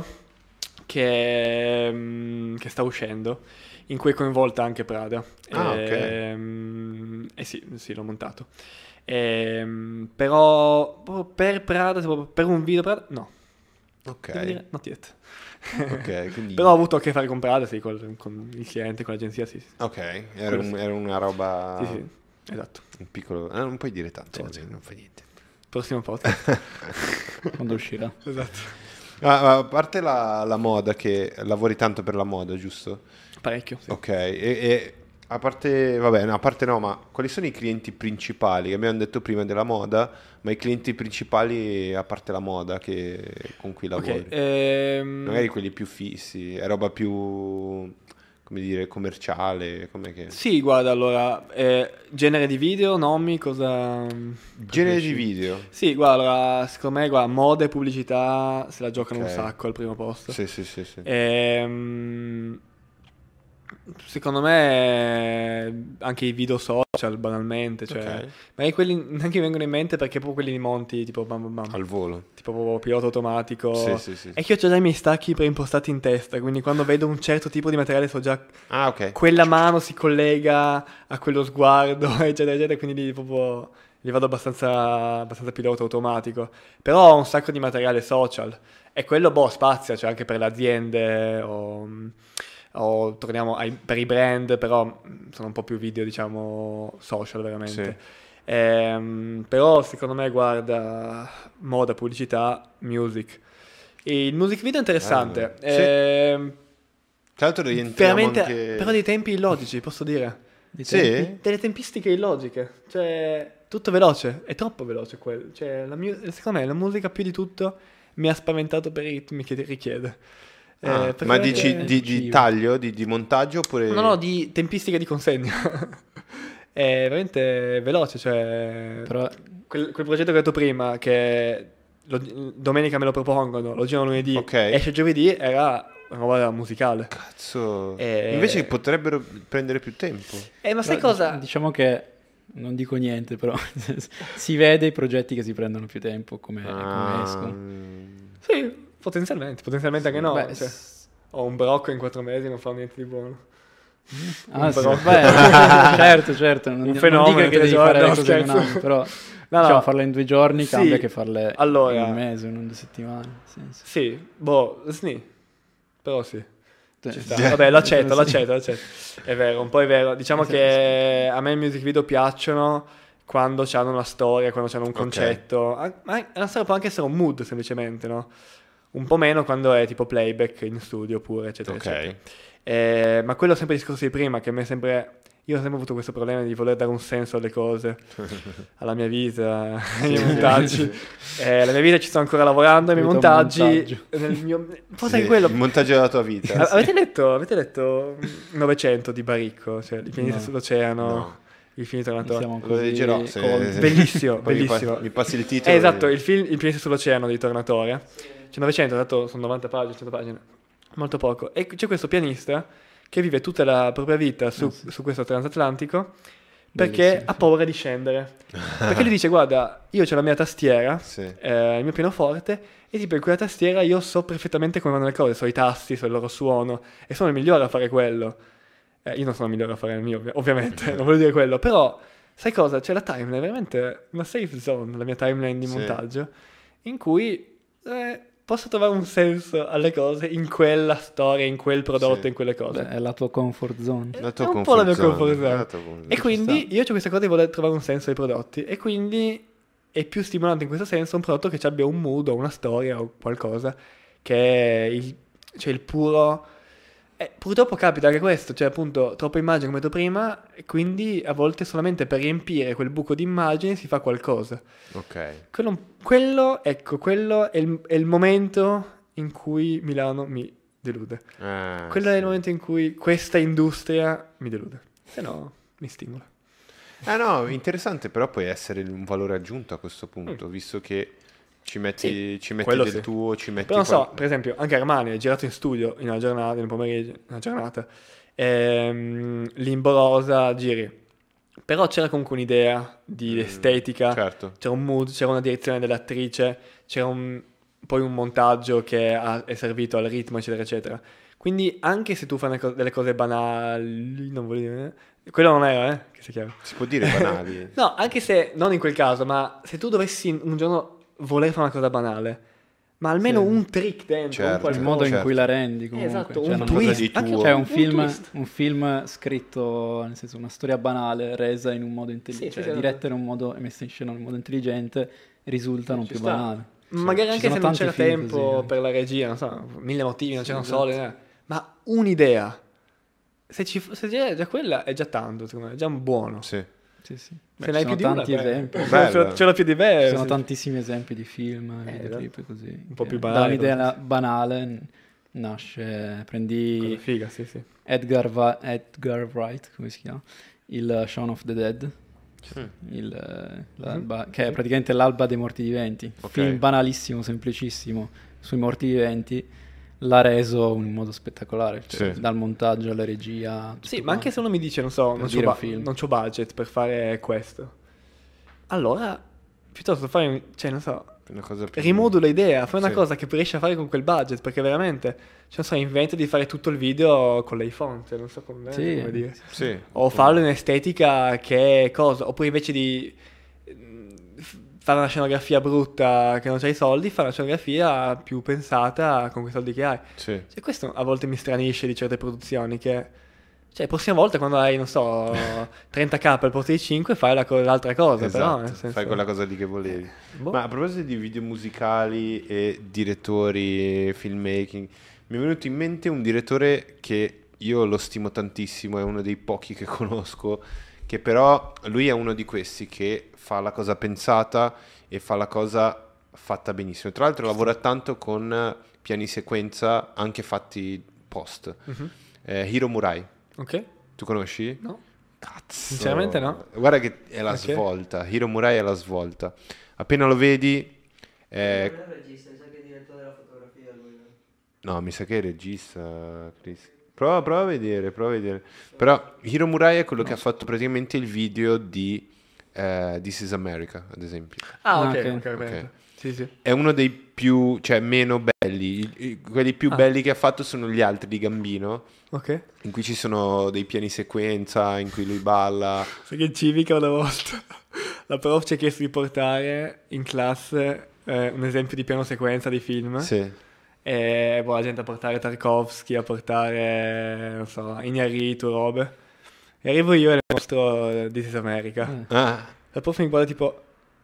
che, mm, che sta uscendo, in cui è coinvolta anche Prada. Ah, ok. Ehm, Eh sì, sì, l'ho montato. Ehm, però proprio per Prada, proprio per un video Prada, no. Devo Ok, dire, not yet. ok, quindi... Però ho avuto a che fare con Prada, sì, col- con il cliente, con l'agenzia, sì. Sì, Ok, era, un- era una roba... sì, sì, esatto. Un piccolo... eh, non puoi dire tante Sì, cose, sì. non fa niente. Prossimo podcast. Quando uscirà. Esatto. Ah, ma a parte la, la moda, che lavori tanto per la moda, giusto? Parecchio, sì. Ok, e, e a parte, vabbè, no, a parte no, ma quali sono i clienti principali? Che abbiamo detto prima della moda, ma i clienti principali a parte la moda che, con cui lavori? Ok, ehm, Magari quelli più fissi, è roba più, come dire, commerciale, com'è che... Sì, guarda, allora, eh, genere di video, nomi, cosa... Genere di preferisci? video? Sì, guarda, allora, secondo me, guarda, moda e pubblicità se la giocano Ok. un sacco al primo posto. Sì, sì, sì, sì. Ehm, secondo me anche i video social, banalmente, cioè, Ok. magari quelli neanche mi vengono in mente perché proprio quelli li monti, tipo bam bam bam, Al volo. tipo proprio pilota automatico. Sì, sì, sì. E che io ho già i miei stacchi preimpostati in testa, quindi quando vedo un certo tipo di materiale so già Ah, ok. quella mano si collega a quello sguardo, eccetera, eccetera, quindi lì proprio li vado abbastanza, abbastanza pilota automatico. Però ho un sacco di materiale social e quello, boh, spazia, cioè anche per le aziende o, o torniamo ai- per i brand, però mh, sono un po' più video, diciamo, social veramente. Ehm, però secondo me, guarda, moda, pubblicità, music. E il music video è interessante. Bello. Sì. Ehm, Tra l'altro rientriamo Veramente, anche... però dei tempi illogici, posso dire. Di Sì? tempi? Delle tempistiche illogiche. Cioè, tutto veloce. È troppo veloce quello. Cioè, la mu- secondo me la musica più di tutto mi ha spaventato per i ritmi che ti richiede. Eh, Ah, perché ma veramente- dici di, di taglio, di, di montaggio oppure... No, no, di tempistica di consegna. È veramente veloce, cioè... Però Quel, quel progetto che ho detto prima, che lo- domenica me lo propongono, lo girano lunedì, Ok. esce giovedì, era una roba musicale. Cazzo. Eh, Invece potrebbero prendere più tempo. Eh, ma sai Però, cosa? dic- Diciamo che, non dico niente, però si vede i progetti che si prendono più tempo come, come Ah, escono. mm. Sì, potenzialmente, potenzialmente anche no. Beh, cioè, s- ho un brocco in quattro mesi non fa niente di buono. ah, sì, però- beh, certo, certo, non, Un non fenomeno, dico che devi tre giorni, fare le no, cose in un scherzo. anno, però No, diciamo, no. farle in due giorni Sì, cambia che farle allora- in un mese, in due settimane. Sì, sì. Sì, boh, sì, però sì. Sì, Ci sì. sta. Vabbè, l'accetto, Sì. l'accetto, l'accetto. È vero, un po' è vero. Diciamo Sì, che a me i music video piacciono quando hanno una storia, quando hanno un Ok. concetto. Ah, Ma la storia può anche essere un mood, semplicemente, no? Un po' meno quando è tipo playback in studio pure, eccetera, Ok. eccetera. Eh, ma quello è sempre il discorso di prima, che a me è sempre... Io ho sempre avuto questo problema di voler dare un senso alle cose, alla mia vita, ai miei Sì, montaggi. sì. Eh, la mia vita ci sto ancora lavorando, ai miei Capito, un montaggi. montaggio. Nel mio... Forse Sì, anche quello. Il montaggio della tua vita. A- Avete letto, avete letto Novecento di Baricco? Cioè, I pianeti No. sull'oceano, No. Il finito Non tornatore. siamo Lo così leggerò. se- colti. se- Bellissimo, Poi mi pa- bellissimo. Mi passi il Eh, titolo. esatto, e- il film Il pianeta sull'oceano di Tornatore. C'è Novecento, esatto, sono novanta pagine, cento pagine, molto poco. E c'è questo pianista che vive tutta la propria vita su, Ah, sì. su questo transatlantico perché Bellissimo, ha sì. paura di scendere. Perché lui dice, guarda, io ho la mia tastiera, Sì. eh, il mio pianoforte, e tipo in quella tastiera io so perfettamente come vanno le cose, so i tasti, so il loro suono, e sono il migliore a fare quello. Eh, io non sono il migliore a fare il mio, ovvi- ovviamente, non voglio dire quello, però sai cosa? C'è la timeline, è veramente una safe zone, la mia timeline di Sì. montaggio, in cui eh, posso trovare un senso alle cose in quella storia, in quel prodotto, Sì. in quelle cose. Beh, è la tua comfort zone. La tua È un po' la mia comfort comfort zone, zone. la tua comfort E zone. quindi sta. io ho questa cosa di voler trovare un senso ai prodotti, e quindi è più stimolante in questo senso un prodotto che ci abbia un mood o una storia o qualcosa che è il, cioè il puro... Eh, purtroppo capita anche questo, cioè appunto troppe immagini come ho detto prima, e quindi a volte solamente per riempire quel buco di immagini si fa qualcosa. Ok. Quello, quello, ecco, quello è il, è il momento in cui Milano mi delude. Ah, Quello sì. è il momento in cui questa industria mi delude. Se no, mi stimola. Ah no, interessante, però puoi essere un valore aggiunto a questo punto, visto che ci metti, ci metti quello del sì. tuo, ci metti Però non so, qual- per esempio, anche Armani è girato in studio in una giornata, in un pomeriggio, in una giornata. Ehm, Limbo Rosa, giri. Però c'era comunque un'idea di Mm, estetica, certo. c'era un mood, c'era una direzione dell'attrice, c'era un- poi un montaggio che ha- è servito al ritmo, eccetera, eccetera. Quindi anche se tu fai una co- delle cose banali, non voglio dire... eh, quello non era, eh, che sia chiaro. Si può dire banali. No, anche se, non in quel caso, ma se tu dovessi un giorno voler fare una cosa banale, ma almeno Sì. un trick dentro, Certo. un Il qualcosa. modo in certo. cui la rendi comunque. Esatto, Cioè, un non- qualcosa twist. di anche tuo. Cioè un, un film, twist. un film scritto, nel senso una storia banale resa in un modo intelligente, Sì, sì, cioè sì, diretta in un modo e messa in scena in un modo intelligente, risulta non Ci più sta. banale. Magari Ci anche se sono non tanti c'era film tempo così, eh. per la regia, non so, mille motivi, non Sì, c'erano esatto. soldi, eh. Ma un'idea, se, ci, f- se c'è già quella è già tanto, secondo me, è già un buono. Sì. Sì, sì. Se Beh, ne hai ci più sono di tanti una, beh. esempi. Bello. Ce l'ho- ce l'ho più di me. Ci sono sì. tantissimi esempi di film, Eh, videoclip così. un po' che più Da banali, un'idea come- banale n- nasce, Cosa prendi figa, sì, sì. Edgar, Va- Edgar Wright, come si chiama? Il Shaun of the Dead, Mm. il, eh, Mhm. l'alba- che è praticamente l'alba dei morti viventi. Ok. Film banalissimo, semplicissimo sui morti viventi, l'ha reso in un modo spettacolare, cioè, Sì. dal montaggio alla regia. tutto Sì, ma anche quanto. se uno mi dice, non so, Per non c'ho, dire un ba- film. non c'ho budget per fare questo, allora, piuttosto fai, un- cioè, non so, Una cosa più... rimodula idea, fai una Sì. cosa che riesci a fare con quel budget, perché veramente, cioè, non so, inventa di fare tutto il video con l'iPhone, cioè, non so come, Sì. come dire. Sì. O farlo in estetica che è cosa, oppure invece di mm, f- fare una scenografia brutta che non c'hai i soldi, fare una scenografia più pensata con quei soldi che hai. Sì. Cioè, questo a volte mi stranisce di certe produzioni che... Cioè, prossima volta quando hai, non so, trenta k al posto di cinque fai la co- l'altra cosa, però, Esatto, nel senso... fai quella cosa lì che volevi. Boh. Ma a proposito di video musicali e direttori, filmmaking, mi è venuto in mente un direttore che io lo stimo tantissimo, è uno dei pochi che conosco, che però lui è uno di questi che fa la cosa pensata e fa la cosa fatta benissimo. Tra l'altro lavora tanto con piani sequenza anche fatti post. Mhm. Eh, Hiro Murai, Ok? tu conosci? No? Cazzo. Sinceramente no. Guarda che è la Ok. svolta. Hiro Murai è la svolta. Appena lo vedi Eh, Non è il regista, mi sa che è il direttore della fotografia lui. no, mi sa che è il regista, Chris. Prova, prova a vedere, prova a vedere. Però Hiro Murai è quello che ha fatto praticamente il video di eh, This is America, ad esempio. Ah, Ah, ok, ok. ok, perfetto. Sì, sì. È uno dei più, cioè meno belli. I- i- quelli più Ah. belli che ha fatto sono gli altri di Gambino, Ok. in cui ci sono dei piani sequenza, in cui lui balla. Sai che in civica una volta la prof ci ha chiesto di portare in classe eh, un esempio di piano sequenza di film. Sì. E boh, la gente a portare Tarkovsky, a portare, non so, Iñárritu, robe. E arrivo io e le mostro eh, This is America. Eh. Ah, La prof mi guarda tipo...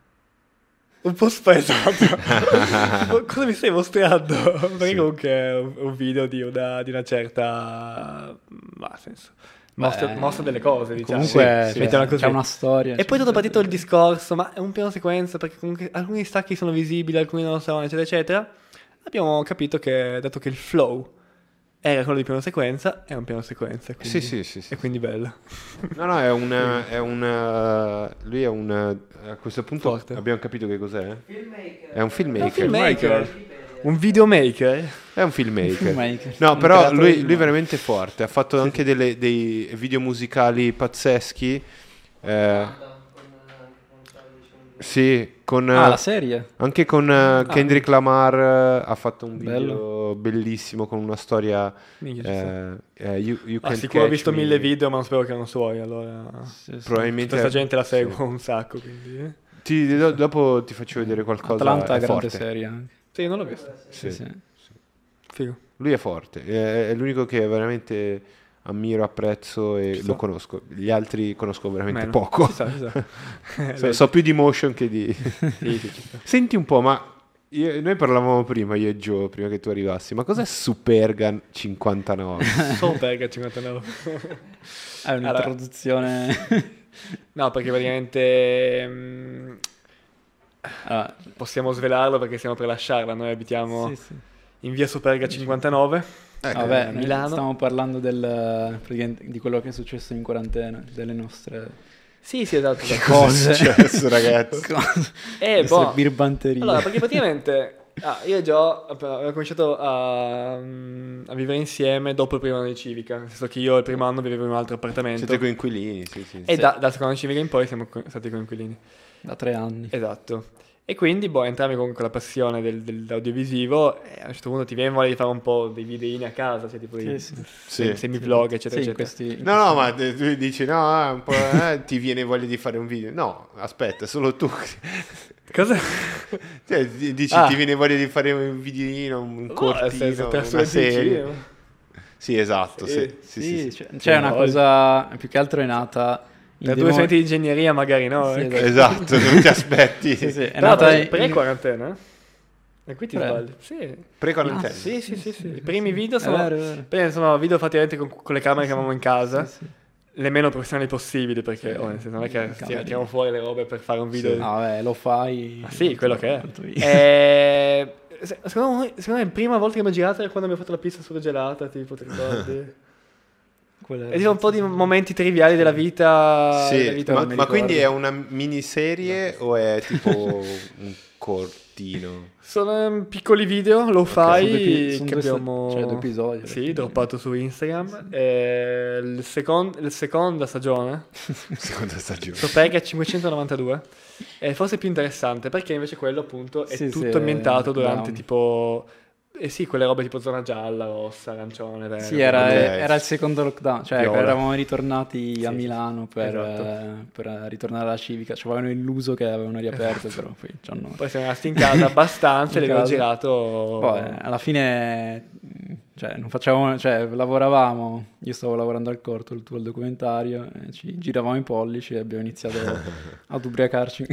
Un po' spaesato. Tipo, cosa mi stai mostrando? Perché Sì. comunque è un, un video di una, di una certa... Ma, nel senso... Mostra, Beh, mostra delle cose, diciamo. Comunque Sì, sì. c'è, Mettiamola così. c'è una storia. E poi cioè, tutto partito il discorso, ma è un piano sequenza perché comunque alcuni stacchi sono visibili, alcuni non lo sono, eccetera, eccetera. Abbiamo capito che, dato che il flow era quello di piano sequenza, è un piano sequenza. Quindi, sì, sì, sì, sì. E quindi bello. No, no, è un... È un lui è un... A questo punto Forte. abbiamo capito che cos'è? Filmmaker. È un filmmaker. È un filmmaker. Wikipedia. Un videomaker. È un filmmaker. filmmaker. No, Un però creatore lui, di lui è immagini. veramente forte. Ha fatto anche delle- dei video musicali pazzeschi. Eh, Con, eh, con Charlie Sheen. sì, con, Ah, eh, la serie? anche con eh, Kendrick Lamar eh, ha fatto un video Bello. bellissimo con una storia. Minchia, ci sta. eh, eh, you, you Ah, Can't sicuro ho Catch visto Me. mille video, ma non sapevo che erano suoi, allora... Sì, sì. Probabilmente. Tutta questa gente la seguo sì. un sacco, quindi... eh. Ti- do- dopo ti faccio vedere qualcosa. Atlanta è è grande forte. serie anche. Sì, non l'ho visto. Sì. Sì, sì. Figo. Lui è forte, è, è l'unico che veramente ammiro, apprezzo e Ci sta. lo conosco. Gli altri conosco veramente Meno. poco. Ci sta, ci sta. So, so più di motion che di... Sì, sì, ci sta. Senti un po', ma io- noi parlavamo prima, io e Joe, prima che tu arrivassi, ma cos'è Supergan cinquantanove? Solo perché cinquantanove. È un'introduzione. No, perché praticamente mm, Allora, possiamo svelarlo perché stiamo per lasciarla. Noi abitiamo sì, sì. in via Superga cinquantanove. Ecco, Vabbè, a noi Milano. stiamo parlando del, praticamente di quello che è successo in quarantena, delle nostre Sì, sì, esatto. che esatto. cosa cose. è successo, ragazzi? cose, Eh, le nostre boh. birbanterie. Allora, perché praticamente ah, io e Gio abbiamo cominciato a, mm, a vivere insieme dopo il primo anno di civica. Nel senso che io il primo anno vivevo in un altro appartamento. Siete coinquilini, sì, sì. E da, dal secondo anno di civica in poi siamo co- stati coinquilini. Da tre anni. Esatto. E quindi, boh, entrambi con con la passione del- dell'audiovisivo e a un certo punto ti viene voglia di fare un po' dei videini a casa, cioè tipo dei Sì, sì. Sì. semi-vlog, eccetera, Sì, in eccetera. questi, in No, no, questi- ma te- tu dici, no, eh, un po', eh, ti viene voglia di fare un video. No, aspetta, solo tu. Cosa? Cioè, di- dici, Ah. ti viene voglia di fare un videino, un No, nel cortino, senso, per una sue serie. dici, Sì, esatto, sì. Sì. Sì, Sì, sì, sì. c'è, c'è una voglia. cosa, più che altro è nata in Per dei due mo- studenti di ingegneria magari no. Sì, ecco. Esatto, non ti aspetti. Sì, sì, è Però nata pre- in- pre-quarantena, eh? E qui ti Pre. sbagli. Sì. Pre-quarantena. Ah, sì, sì, sì, sì. I primi video È sono... vero, è vero. Beh, sono video fatti veramente con, con le camere che avevamo in casa, Sì, sì. le meno professionali possibili, perché Sì. oh, nel senso, non è che Camere. sti- tiriamo fuori le robe per fare un video. Sì. Ah, vabbè, lo fai. Ah, sì, quello che è. Molto via. E... se- Secondo me, secondo me la prima volta che abbiamo girato è quando abbiamo fatto la pizza surgelata, tipo, ti ricordi? Quella- E tipo un po' di momenti triviali della vita. Sì, della vita ma, non mi ma ricordo. quindi è una miniserie o è tipo un cortino? Sono um, piccoli video, lo Sono due fai epi- sono che due sta- abbiamo... cioè, due episodi, Sì, alla droppato su Instagram. E il second- la seconda stagione, Seconda stagione. Superga cinquecentonovantadue, è forse più interessante perché invece quello appunto è Sì, tutto sì, ambientato è durante down. tipo... Eh sì, quelle robe tipo zona gialla, rossa, arancione, verde. Sì, era, Ok. era il secondo lockdown, cioè Viola. eravamo ritornati Sì, a sì, Milano per, esatto. eh, per ritornare alla civica, ci avevano illuso che avevano riaperto, Esatto. però poi ci hanno... Poi siamo rimasti in casa abbastanza e In l'abbiamo casa. girato... Poi, eh, alla fine, mh, cioè, non facevamo, cioè, lavoravamo, io stavo lavorando al corto, il tuo il documentario, e ci giravamo i pollici e abbiamo iniziato ad ubriacarci.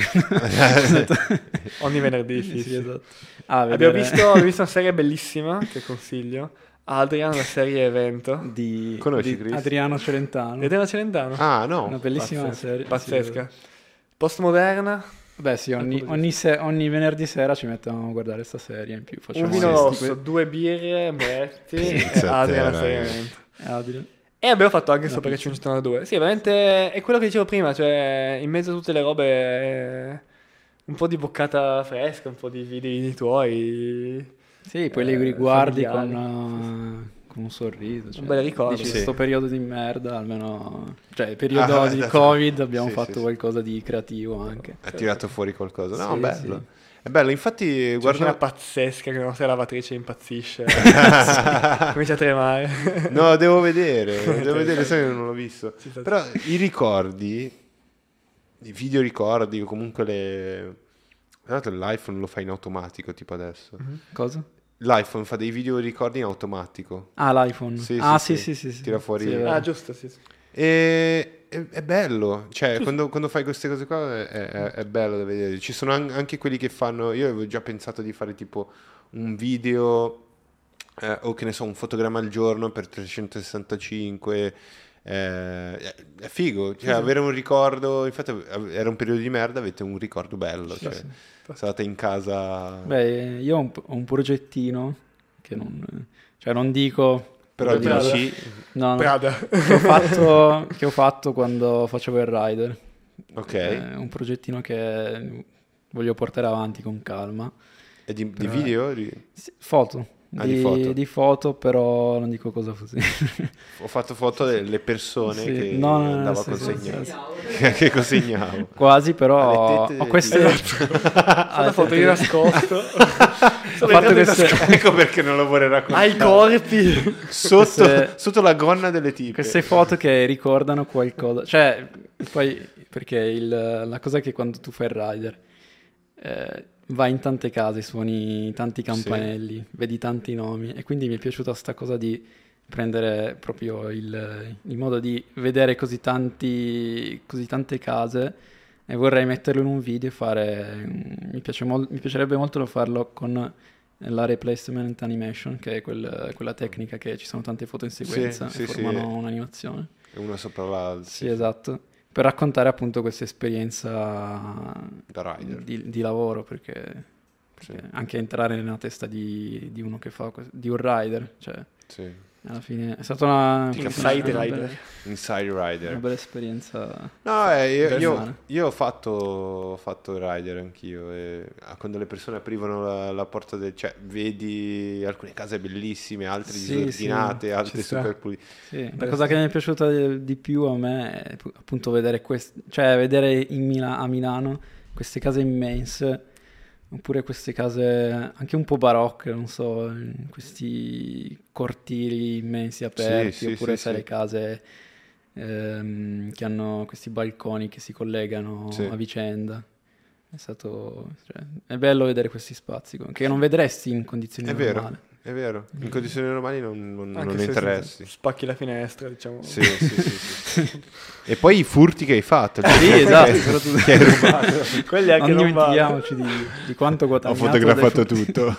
Ogni venerdì, sì, Sì, sì. esatto. Ah, Abbiamo vedere- visto, abbiamo visto una serie bellissima che consiglio. Adrian, la serie evento. di, Conosci, di Chris? Adriano Celentano. Ed è una Celentano. Ah, no. Una bellissima Pazzesca, serie. Pazzesca. Postmoderna. Beh sì, ogni, ogni, se- ogni venerdì sera ci mettiamo a guardare sta serie in più. Facciamo Un vino sì, rosso, due birre, Moretti e Pizza a Adrian, la terra, serie eh. evento. Adrian. E abbiamo fatto anche Una Superga pizza. cinquecentonovantadue. Sì, veramente è quello che dicevo prima, cioè in mezzo a tutte le robe... eh, un po' di boccata fresca, un po' di video tuoi. Sì, poi eh, li riguardi familiari. con, uh, con un sorriso. Cioè, Un bel ricordo. dici, Sì. sto periodo di merda, almeno... Cioè, periodo Ah, di da- Covid abbiamo sì, fatto sì, sì. qualcosa di creativo anche. Ha tirato fuori qualcosa. No, Sì, bello. sì. È bello, infatti, C'è una guarda... scena pazzesca che la nostra lavatrice impazzisce. Comincia a tremare. No, devo vedere, devo vedere, sai che non l'ho visto. Sì, sì. Però i ricordi, i video ricordi, o comunque le... Tra l'altro l'iPhone lo fa in automatico, tipo adesso. Cosa? L'iPhone fa dei video ricordi in automatico. Ah, l'iPhone. Sì, ah, sì, sì, sì. sì, sì, sì. Tira fuori- Sì, è vero. Ah, giusto, sì, sì. E è, è bello, cioè quando, quando fai queste cose qua è, è- è bello da vedere. Ci sono an- anche quelli che fanno, io avevo già pensato di fare tipo un video eh, o che ne so, un fotogramma al giorno per trecentosessantacinque. eh, è, è figo, cioè avere un ricordo, infatti era un periodo di merda, avete un ricordo bello, Sì, cioè sì. state in casa, Beh, io ho un, ho un progettino che non... Cioè, non dico... però Prada. dici, No, no, Prada. che ho fatto, che ho fatto quando facevo il rider. ok, È un progettino che voglio portare avanti con calma. e di, di Però- video? Di- Sì, foto. Ah, di foto. di foto, però non dico cosa fosse. Ho fatto foto delle persone Sì, che no, no, no, andavo sì, a sì, consegnare, Segnavo. che consegnavo. Quasi, però Alle tette ho del- queste... Una alle foto di tette- nascosto. Ho fatto queste, Ecco perché non lo vorrei raccontare. Ai corpi. Sotto, queste- sotto la gonna delle tipe. queste foto che ricordano qualcosa. Cioè, poi, perché il- la cosa è che quando tu fai il rider, eh, vai in tante case, suoni tanti campanelli, vedi tanti nomi, e quindi mi è piaciuta sta cosa di prendere proprio il, il modo di vedere così tanti, così tante case, e vorrei metterlo in un video e fare... Mi, piace mol- mi piacerebbe molto farlo con la replacement animation, che è quel- quella tecnica che ci sono tante foto in sequenza sì, e sì. formano un'animazione. Una sopra l'altra. Sì, esatto. Per raccontare appunto questa esperienza Da rider. di, di lavoro, perché, Sì. perché anche entrare nella testa di, di uno che fa que- di un rider, cioè Sì. alla fine è stata una, Ti una Inside bella- rider. Inside rider. una bella esperienza. No, eh, io, io, Personale. io ho fatto, ho fatto il rider anch'io. E ah, quando le persone aprivano la, la porta del... Cioè, vedi alcune case bellissime, altre Sì, disordinate, sì, altre ci sta. super pulite. Sì, la Beh, cosa sì. che mi è piaciuta di, di più a me è pu- appunto vedere queste, cioè vedere in Mila- a Milano queste case immense, oppure queste case anche un po' barocche, non so, in questi cortili immensi aperti, sì, oppure sì, sai sì. le case ehm, che hanno questi balconi che si collegano Sì. a vicenda. È stato, cioè, è bello vedere questi spazi che non vedresti in condizioni È vero, normali. è vero. In condizioni normali non, non, Anche non se interessi. spacchi la finestra, diciamo. Sì, sì, sì, sì, sì. E poi i furti che hai fatto. Sì, esatto, Che- soprattutto- che hai rubato. Quelli anche Non non vanno. dimentichiamoci di, di quanto Ho guadagnato. fotografato dai- tutto.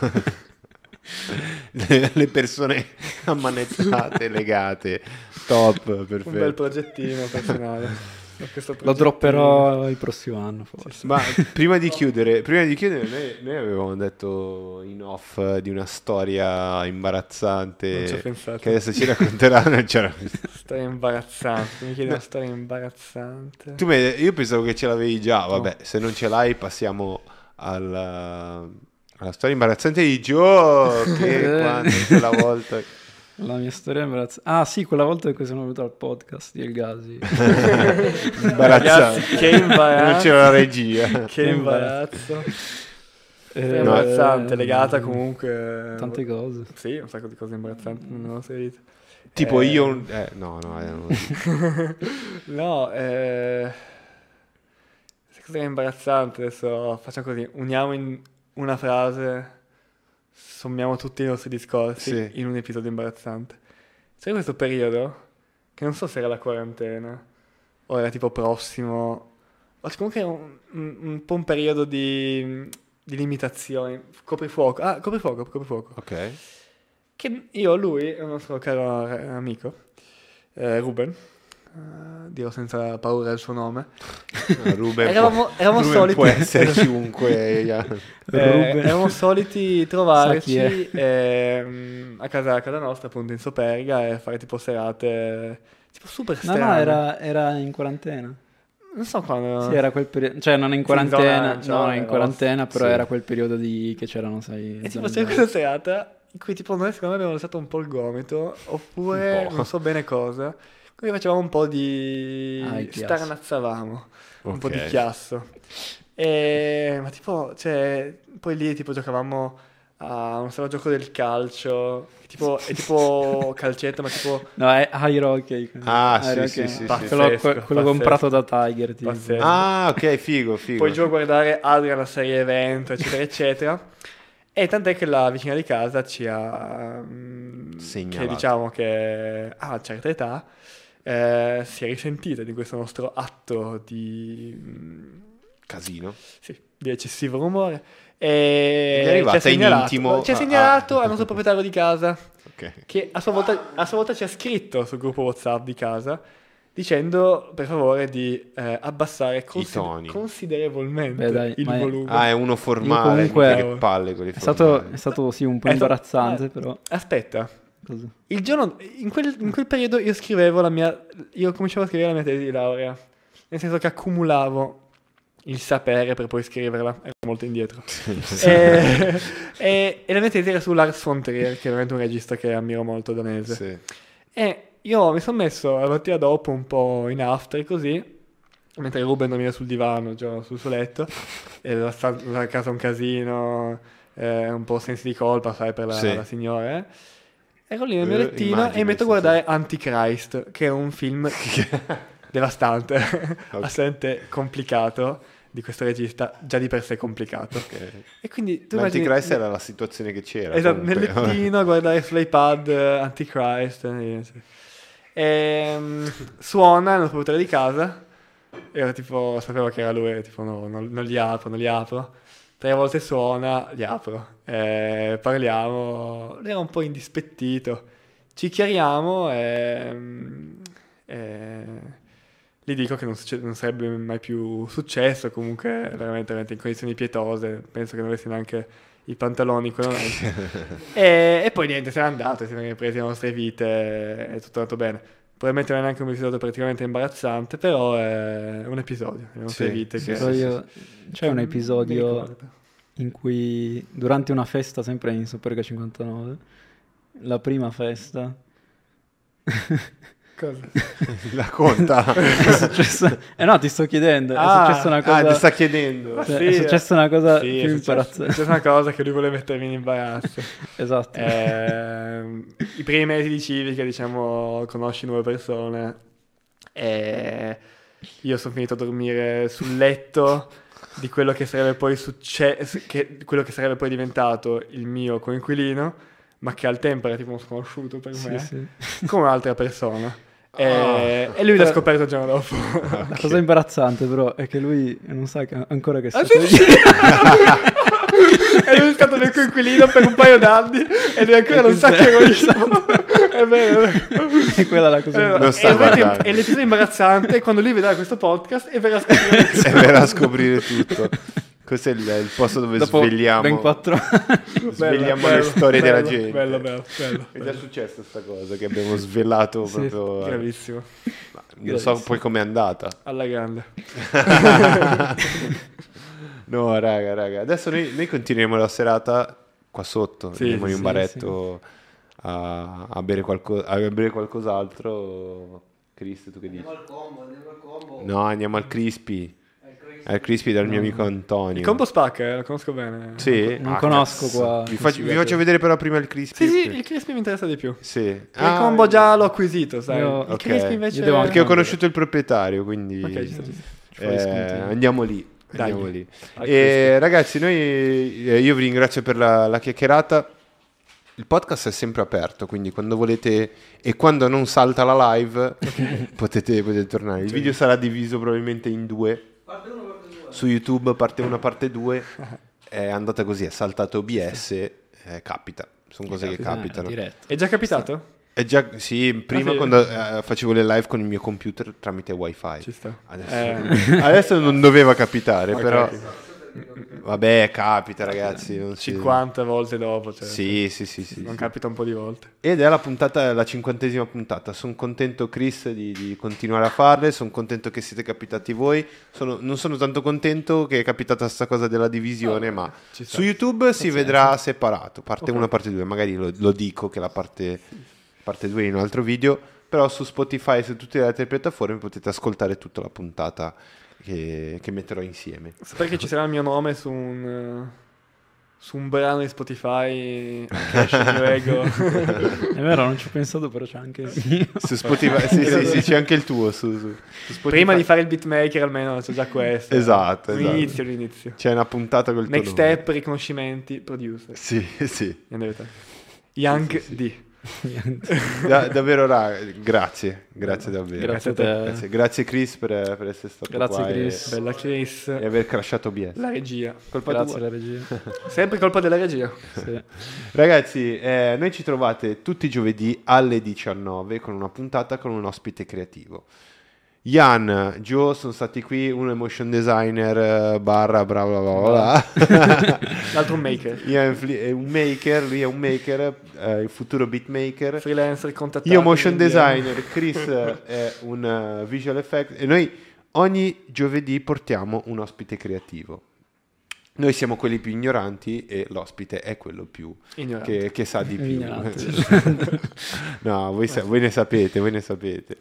le, le persone ammanettate, legate. Top, Un bel perfetto. progettino personale. Questo Lo progettino. dropperò il prossimo anno, forse. Ma prima di chiudere, prima di chiudere noi, noi avevamo detto in off di una storia Non ci ho imbarazzante pensato. che adesso ci racconterà. non c'era- Storia imbarazzante. Mi chiedi una storia imbarazzante. Tu mi- io pensavo che ce l'avevi già, vabbè, se non ce l'hai passiamo alla, alla storia imbarazzante di Joe, che quando quella volta... La mia storia è imbarazzante. Ah, sì, quella volta che sono venuto al podcast di El Gasi. Imbarazzante. Ragazzi, che imbarazzo. Non c'era la regia. Che imbarazzo. Eh, Storia imbarazzante, legata comunque... Tante cose. Sì, un sacco di cose imbarazzanti nella nostra vita. Tipo Eh, io... un- Eh, no, no, eh, non lo dico. No, eh... questa cosa è imbarazzante, adesso facciamo così, uniamo in una frase, sommiamo tutti i nostri discorsi Sì. in un episodio imbarazzante. C'è questo periodo, che non so se era la quarantena, o era tipo prossimo, o comunque era un, un- un po' un periodo di, di limitazioni, coprifuoco, ah, coprifuoco, coprifuoco. Ok. Che io, lui, è un nostro caro eh, amico, eh, Ruben, eh, dirò senza paura il suo nome. No, Ruben, Eravamo- può, eravamo Ruben soliti. può essere chiunque. yeah. Eh, Ruben. eravamo soliti Sa trovarci chi è. ehm, a casa, a casa nostra, appunto in Soperga, e fare tipo serate tipo super No, strane. no, era, era in quarantena. non so quando... Sì, era quel periodo, cioè non in Sì, quarantena, zona- no, in quarantena, però Sì. era quel periodo di che c'erano, sai, E tipo zone c'è gialle. questa serata in cui tipo noi secondo me abbiamo alzato un po' il gomito, oppure Un po'. non so bene cosa, quindi facevamo un po' di... Ah, il chiasso. starnazzavamo, un po' di Ok. chiasso. E... Ma tipo, cioè, poi lì tipo giocavamo a un solo gioco del calcio, che tipo, è tipo calcetto, ma tipo... No, è High Hockey. Ah, High sì, Hockey. sì, sì, sì. Quello, Pazzesco, quello pazzesco. comprato da Tiger, tipo. Pazzesco. Ah, ok, figo, figo. Poi giù a guardare Adrian la serie evento, eccetera, eccetera. E tant'è che la vicina di casa ci ha... mm, Segnalato. che diciamo che a una certa età eh, si è risentita di questo nostro atto di... mm, Casino. sì, di eccessivo rumore. E Ed è arrivata ci ha in segnalato, intimo ci ha a- segnalato a- al nostro proprietario di casa, Ok. che a sua volta, a sua volta ci ha scritto sul gruppo WhatsApp di casa dicendo per favore di eh, abbassare consi- toni. considerevolmente Beh, dai, il ma è- volume. Ah, è uno formale. Io comunque- mica che palle con i È stato, formali. è stato sì un po' È stato- imbarazzante, eh, però. Aspetta, Cosa? il giorno, in quel, in quel periodo io scrivevo la mia, io cominciavo a scrivere la mia tesi di laurea, nel senso che accumulavo il sapere per poi scriverla, ero molto indietro. e, e- e la mia tesi era su Lars von Trier, che è veramente un regista che ammiro molto, danese. Sì. E io mi sono messo la mattina dopo un po' in after così, mentre Ruben dormiva sul divano, già sul suo letto, e la, stan- la casa un casino, eh, un po' sensi di colpa, sai, per la, Sì. la signora. eh. Ero lì nel mio Eh, lettino immagino, e mi metto a sì, guardare Antichrist, che è un film devastante, Ok. assente complicato, di questo regista, già di per sé complicato. Ok. E quindi tu immagini... L'Antichrist era la situazione che c'era. Esatto, nel comunque. lettino a guardare sull'iPad eh, Antichrist. eh, sì. Ehm, suona nel proprietario di casa. E io tipo, sapevo che era lui, tipo no, non, non li apro, non li apro. Tre volte suona, li apro. Eh, parliamo, lui era un po' indispettito. Ci chiariamo e... e gli dico che non, succe- non sarebbe mai più successo, comunque veramente, veramente in condizioni pietose, penso che non avessi neanche i pantaloni in quel momento. e, e poi niente, se n'è andato, siamo ripresi le nostre vite, è tutto andato bene. Probabilmente non è neanche un episodio praticamente imbarazzante, però è un episodio delle nostre Sì, vite sì, che... sì, Però sì, io- C'è un mi episodio ricordo. in cui, durante una festa, sempre in Superga cinquantanove, la prima festa, Cosa? La conta. è successo... Eh no, ti sto chiedendo, Ah, è successa una cosa... Ah, ti sta chiedendo. Ma cioè, sì, è successa una cosa Sì, è più successo- è imbarazzante. successa una cosa che lui vuole mettermi in imbarazzo. Esatto. Ehm, I primi mesi di civica, diciamo, conosci nuove persone e io sono finito a dormire sul letto di quello che sarebbe poi successo, che, quello che sarebbe poi diventato il mio coinquilino, ma che al tempo era tipo uno sconosciuto per Sì, me, sì. come un'altra persona. E, Ah. e lui l'ha Però- scoperto il giorno dopo. La cosa imbarazzante però è che lui non sa che ancora che Ah, sta sì, sì. E lui è stato mio coinquilino per un paio d'anni e lui ancora E non sa questo- che ero io. È vero, è vero. E quella è la cosa Eh, Non imbarazzante. sta e veramente- guardando. e l'episodio imbarazzante è quando lui vedrà questo podcast e verrà a scoprire E verrà a scoprire tutto. Questo è il, il posto dove Dopo svegliamo, ben quattro anni. svegliamo Bello, le storie bello, della gente. Bello, bello, bello. È già successa sta cosa che abbiamo svelato Sì, proprio. Bravissimo. Ma non so poi com'è andata. Alla grande. No, raga, raga. Adesso noi, noi continueremo la serata qua sotto. Sì, Andiamo in sì, un baretto a, a bere qualco- a bere qualcos'altro. Cristo, tu che dici? Andiamo al combo, andiamo al combo. No, andiamo al Crispy. Al Crispy. Al Crispy dal mio amico Antonio. Il combo spacca, eh, lo conosco bene. Sì? Non Ah, conosco cazzo. qua. Vi faccio, vi faccio vedere però prima il Crispy. Sì, sì, il crispy mi interessa di più. Sì. Il Ah, combo già l'ho acquisito, sai. Io- il ok. crispy invece... Io devo anche- Perché ho conosciuto il proprietario, quindi Ok, ci sta, ci sta. Ci fai eh, spuntini. andiamo lì. Dai. Andiamo lì. Al E, ragazzi, noi, eh, io vi ringrazio per la, la chiacchierata. Il podcast è sempre aperto, quindi quando volete e quando non salta la live potete, potete tornare. Il video sarà diviso probabilmente in due. Parte uno, parte due. Su YouTube parte una, parte due. È andata così, è saltato O B S, eh, capita. Sono cose che capitano. Diretto. È già capitato? È già, sì, prima sì? quando eh, facevo le live con il mio computer tramite wifi. Ci sta. Adesso, Eh. adesso non doveva capitare, Ok. però Vabbè, capita ragazzi. Non si... cinquanta volte dopo. Cioè, Sì, sì, sì, sì. non sì. capita un po' di volte. Ed è la puntata, la cinquantesima puntata. Sono contento, Chris, di, di continuare a farle. Sono contento che siete capitati voi. Sono- non sono tanto contento che è capitata questa cosa della divisione, Oh, ma ci sta. su YouTube si vedrà separato, parte Ok. uno, parte due. Magari lo, lo dico che la parte, parte due in un altro video. Però su Spotify e su tutte le altre piattaforme potete ascoltare tutta la puntata che, che metterò insieme. Sapere che ci sarà il mio nome su un, eh, su un brano di Spotify, anche il mio ego. È vero, non ci ho pensato, però c'è anche il mio. Su Spotify, sì, sì, sì, c'è anche il tuo. Su, su- su Spotify. Prima di fare il beatmaker almeno c'è già questo. Esatto, Un esatto. inizio, l'inizio. C'è una puntata col tuo Next nome. step, riconoscimenti, producer. Sì, sì. Andate. Young sì, sì. D. Da- davvero, raga, grazie, grazie davvero. Grazie a te. Grazie, grazie Chris per, per essere stato Grazie, qua e- Chris. Bella Chris. e, aver crashato O B S. La regia. Colpa Grazie tua. alla regia. Sempre colpa della regia. Sì. Ragazzi, eh, noi ci trovate tutti i giovedì alle diciannove con una puntata con un ospite creativo. Ian, Joe sono stati qui, uno è motion designer eh, barra bla bla bla bla. L'altro un maker. Ian Fli- è un maker, lui è un maker, eh, il futuro beatmaker. Freelancer contattato. Io motion in D M. designer, Chris è un uh, visual effect e noi ogni giovedì portiamo un ospite creativo. Noi siamo quelli più ignoranti e l'ospite è quello più Ignorante. che, che sa di più. Ignorante. No, voi, sa- voi ne sapete, voi ne sapete.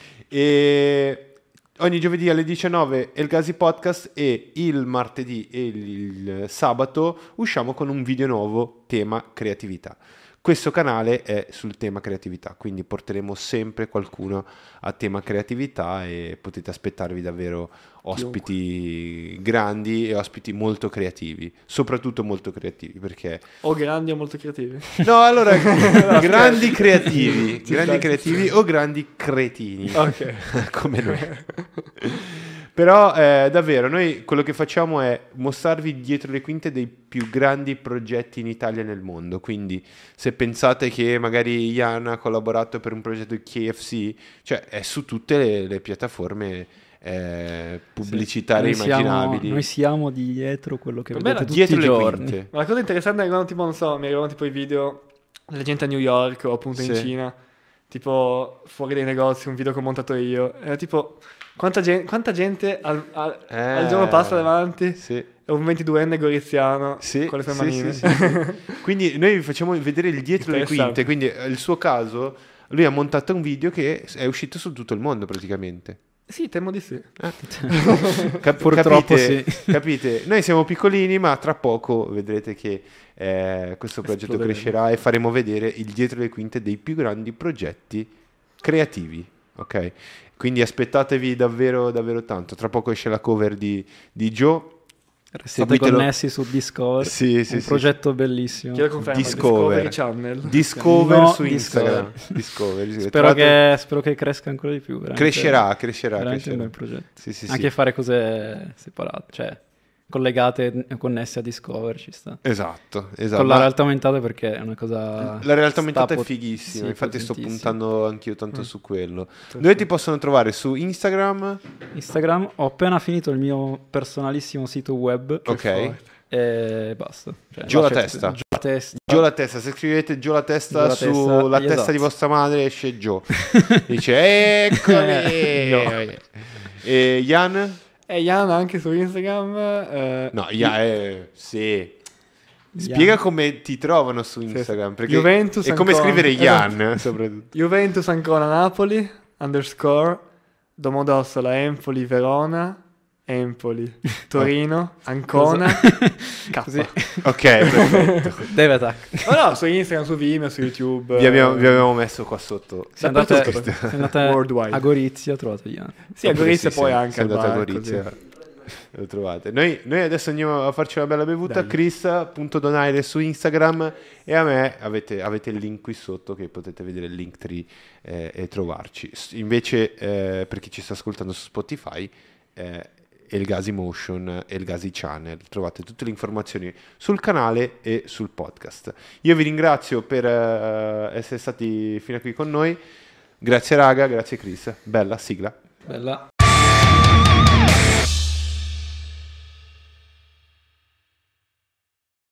E ogni giovedì alle diciannove El Gazi Podcast e il martedì e il, il sabato usciamo con un video nuovo tema creatività. Questo canale è sul tema creatività, quindi porteremo sempre qualcuno a tema creatività e potete aspettarvi davvero ospiti grandi e ospiti molto creativi, soprattutto molto creativi perché O grandi o molto creativi. no, allora grandi creativi, Ci grandi sta, ci creativi o grandi cretini. Ok. Come noi. Però eh, davvero noi quello che facciamo è mostrarvi dietro le quinte dei più grandi progetti in Italia e nel mondo. Quindi se pensate che magari Ian ha collaborato per un progetto di K F C, cioè è su tutte le, le piattaforme eh, pubblicitarie Noi siamo- immaginabili. Noi siamo dietro quello che Per me vedete la- tutti dietro i le giorni. quinte. Ma la cosa interessante è quando tipo, non so, mi arrivano tipo i video della gente a New York o appunto in Sì. Cina, tipo fuori dai negozi, un video che ho montato io. Era tipo, quanta gente, quanta gente al, al- Eh, al giorno passa davanti Sì. e un ventiduenne goriziano Sì, con le sue sì, manine. sì, sì, sì. Quindi noi vi facciamo vedere il dietro le Interessante. quinte. Quindi eh, il suo caso, lui ha montato un video che è uscito su tutto il mondo praticamente. Sì, temo di sì. Cap- Purtroppo capite, sì. capite? Noi siamo piccolini, ma tra poco vedrete che eh, questo progetto Esploderemo. crescerà e faremo vedere il dietro le quinte dei più grandi progetti creativi. Ok? Quindi aspettatevi davvero, davvero tanto. Tra poco esce la cover di, di Joe. Restate Seguitelo. connessi su Discover. Sì, sì, un sì. progetto bellissimo. Chi lo conferma? Discover. Discovery Channel. Discover No, su Instagram. Discover. Spero Trovate- che, spero che cresca ancora di più. veramente- Crescerà, crescerà, Veramente un crescerà. bel progetto. Sì, sì, sì. Anche fare cose separate, cioè collegate e connesse a Discover ci sta. Esatto, esatto. Con la Ma realtà aumentata perché è una cosa... la realtà sta aumentata è pot- fighissima, sì, infatti sto potentissima. puntando anch'io tanto Mm. su quello. Dove ti possono trovare? Su Instagram? Instagram, ho appena finito il mio personalissimo sito web Ok. e basta. Cioè, Gio la lascia- testa. Gio la testa. Gio la testa, se scrivete Gio la testa Gio la testa, sulla testa esatto. di vostra madre esce Gio. Dice eccomi. No. E Ian? E Ian anche su Instagram. eh, No, Ian, eh, sì. Ian. Spiega come ti trovano su Instagram, perché Juventus è come Ancona. scrivere Ian, Esatto. soprattutto. Juventus Ancona Napoli, underscore, Domodossola Empoli Verona, Empoli Torino, Ancona, K. Così. Ok, perfetto. Deve attack. Oh no, su Instagram, su Vimeo, su YouTube. Vi abbiamo, eh, vi abbiamo messo qua sotto. Se andate, Dappertutto. se andate Worldwide. a Gorizia trovate Ian. Sì, a Gorizia Sì, poi sì, anche se al andate a bar, Gorizia così. lo trovate. Noi, noi adesso andiamo a farci una bella bevuta. Dai. Chris.donaire su Instagram e a me avete, avete il link qui sotto che potete vedere il link tree eh, e trovarci. S- Invece eh, per chi ci sta ascoltando su Spotify eh, El Gazi Motion e El Gazi Channel, trovate tutte le informazioni sul canale e sul podcast. Io vi ringrazio per eh, essere stati fino a qui con noi. Grazie raga, grazie Chris. Bella sigla. Bella.